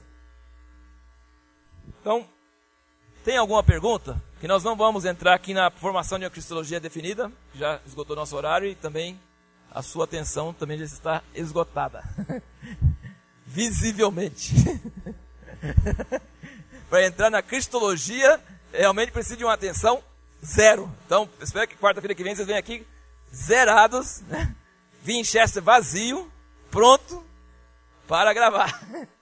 Então, tem alguma pergunta? Que nós não vamos entrar aqui na formação de uma cristologia definida, já esgotou nosso horário e também a sua atenção também já está esgotada. Visivelmente. Para entrar na cristologia, realmente precisa de uma atenção zero. Então, espero que quarta-feira que vem vocês venham aqui zerados, né? Winchester vazio, pronto para gravar.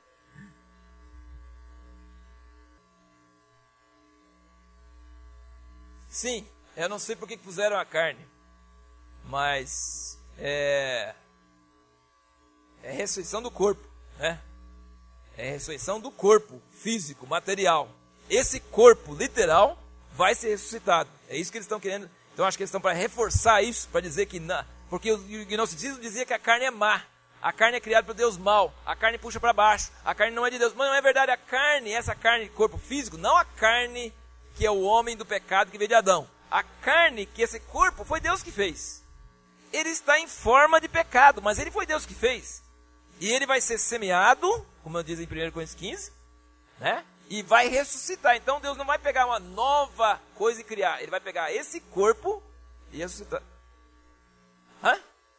Sim, eu não sei por que puseram a carne, mas é, é ressurreição do corpo, né? É ressurreição do corpo físico, material. Esse corpo literal vai ser ressuscitado. É isso que eles estão querendo. Então acho que eles estão para reforçar isso, para dizer que não, porque o gnosticismo dizia que a carne é má. A carne é criada por Deus mal, a carne puxa para baixo, a carne não é de Deus. Mas não é verdade, a carne, essa carne, corpo físico, não a carne que é o homem do pecado que veio de Adão. A carne, que esse corpo, foi Deus que fez. Ele está em forma de pecado, mas ele foi Deus que fez. E ele vai ser semeado, como diz em primeira Coríntios quinze, né? E vai ressuscitar. Então Deus não vai pegar uma nova coisa e criar. Ele vai pegar esse corpo e ressuscitar. Hã?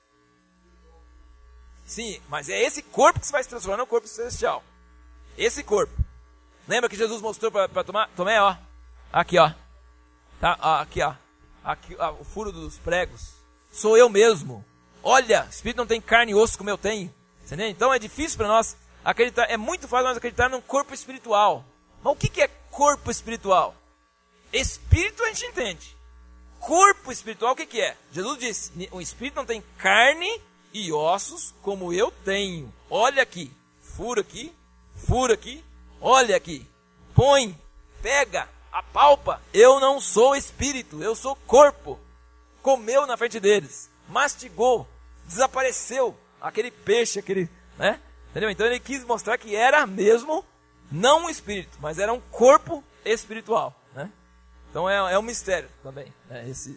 Sim, mas é esse corpo que se vai se transformar no corpo celestial. Esse corpo. Lembra que Jesus mostrou para Tomé? Tomé, ó. Aqui, ó. Tá? Ó, aqui, ó. Aqui, ó. O furo dos pregos. Sou eu mesmo. Olha, o Espírito não tem carne e osso como eu tenho. Entendeu? Então é difícil para nós acreditar. É muito fácil nós acreditar num corpo espiritual. Mas o que, que é corpo espiritual? Espírito a gente entende. Corpo espiritual o que, que é? Jesus disse, o Espírito não tem carne e ossos como eu tenho. Olha aqui. Fura aqui. Fura aqui. Olha aqui. Põe. Pega. Apalpa. Eu não sou espírito. Eu sou corpo. Comeu na frente deles. Mastigou. Desapareceu. Aquele peixe, aquele... né? Entendeu? Então ele quis mostrar que era mesmo, não um espírito, mas era um corpo espiritual, né? Então é, é um mistério também, né? Esse...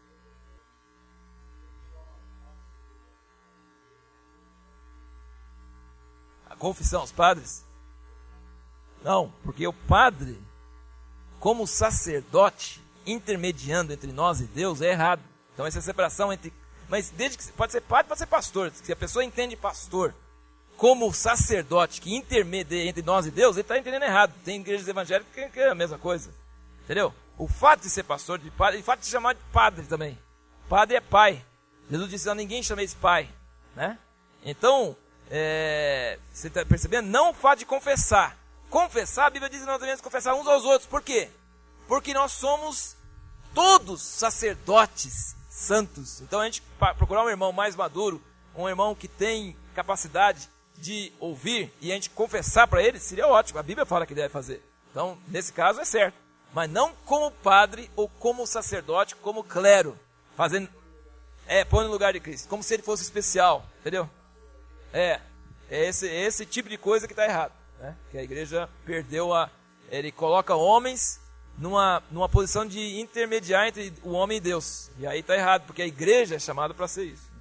A confissão aos padres? Não, porque o padre, como sacerdote, intermediando entre nós e Deus, é errado. Então essa separação entre... Mas desde que pode ser padre, pode ser pastor. Se a pessoa entende pastor como sacerdote que intermedia entre nós e Deus, ele está entendendo errado. Tem igrejas evangélicas que, que é a mesma coisa. Entendeu? O fato de ser pastor, de padre, o fato de se chamar de padre também. Padre é pai. Jesus disse, não, ninguém chama esse pai. Né? Então, é, você está percebendo? Não o fato de confessar. Confessar, a Bíblia diz que nós devemos confessar uns aos outros. Por quê? Porque nós somos todos sacerdotes santos. Então a gente procurar um irmão mais maduro, um irmão que tem capacidade de ouvir e a gente confessar para ele, seria ótimo. A Bíblia fala que deve fazer. Então, nesse caso é certo. Mas não como padre ou como sacerdote, como clero. Fazendo, é, põe no lugar de Cristo. Como se ele fosse especial. Entendeu? É, é esse, esse tipo de coisa que está errado. Né? Que a igreja perdeu a... Ele coloca homens numa, numa posição de intermediar entre o homem e Deus. E aí está errado, porque a igreja é chamada para ser isso.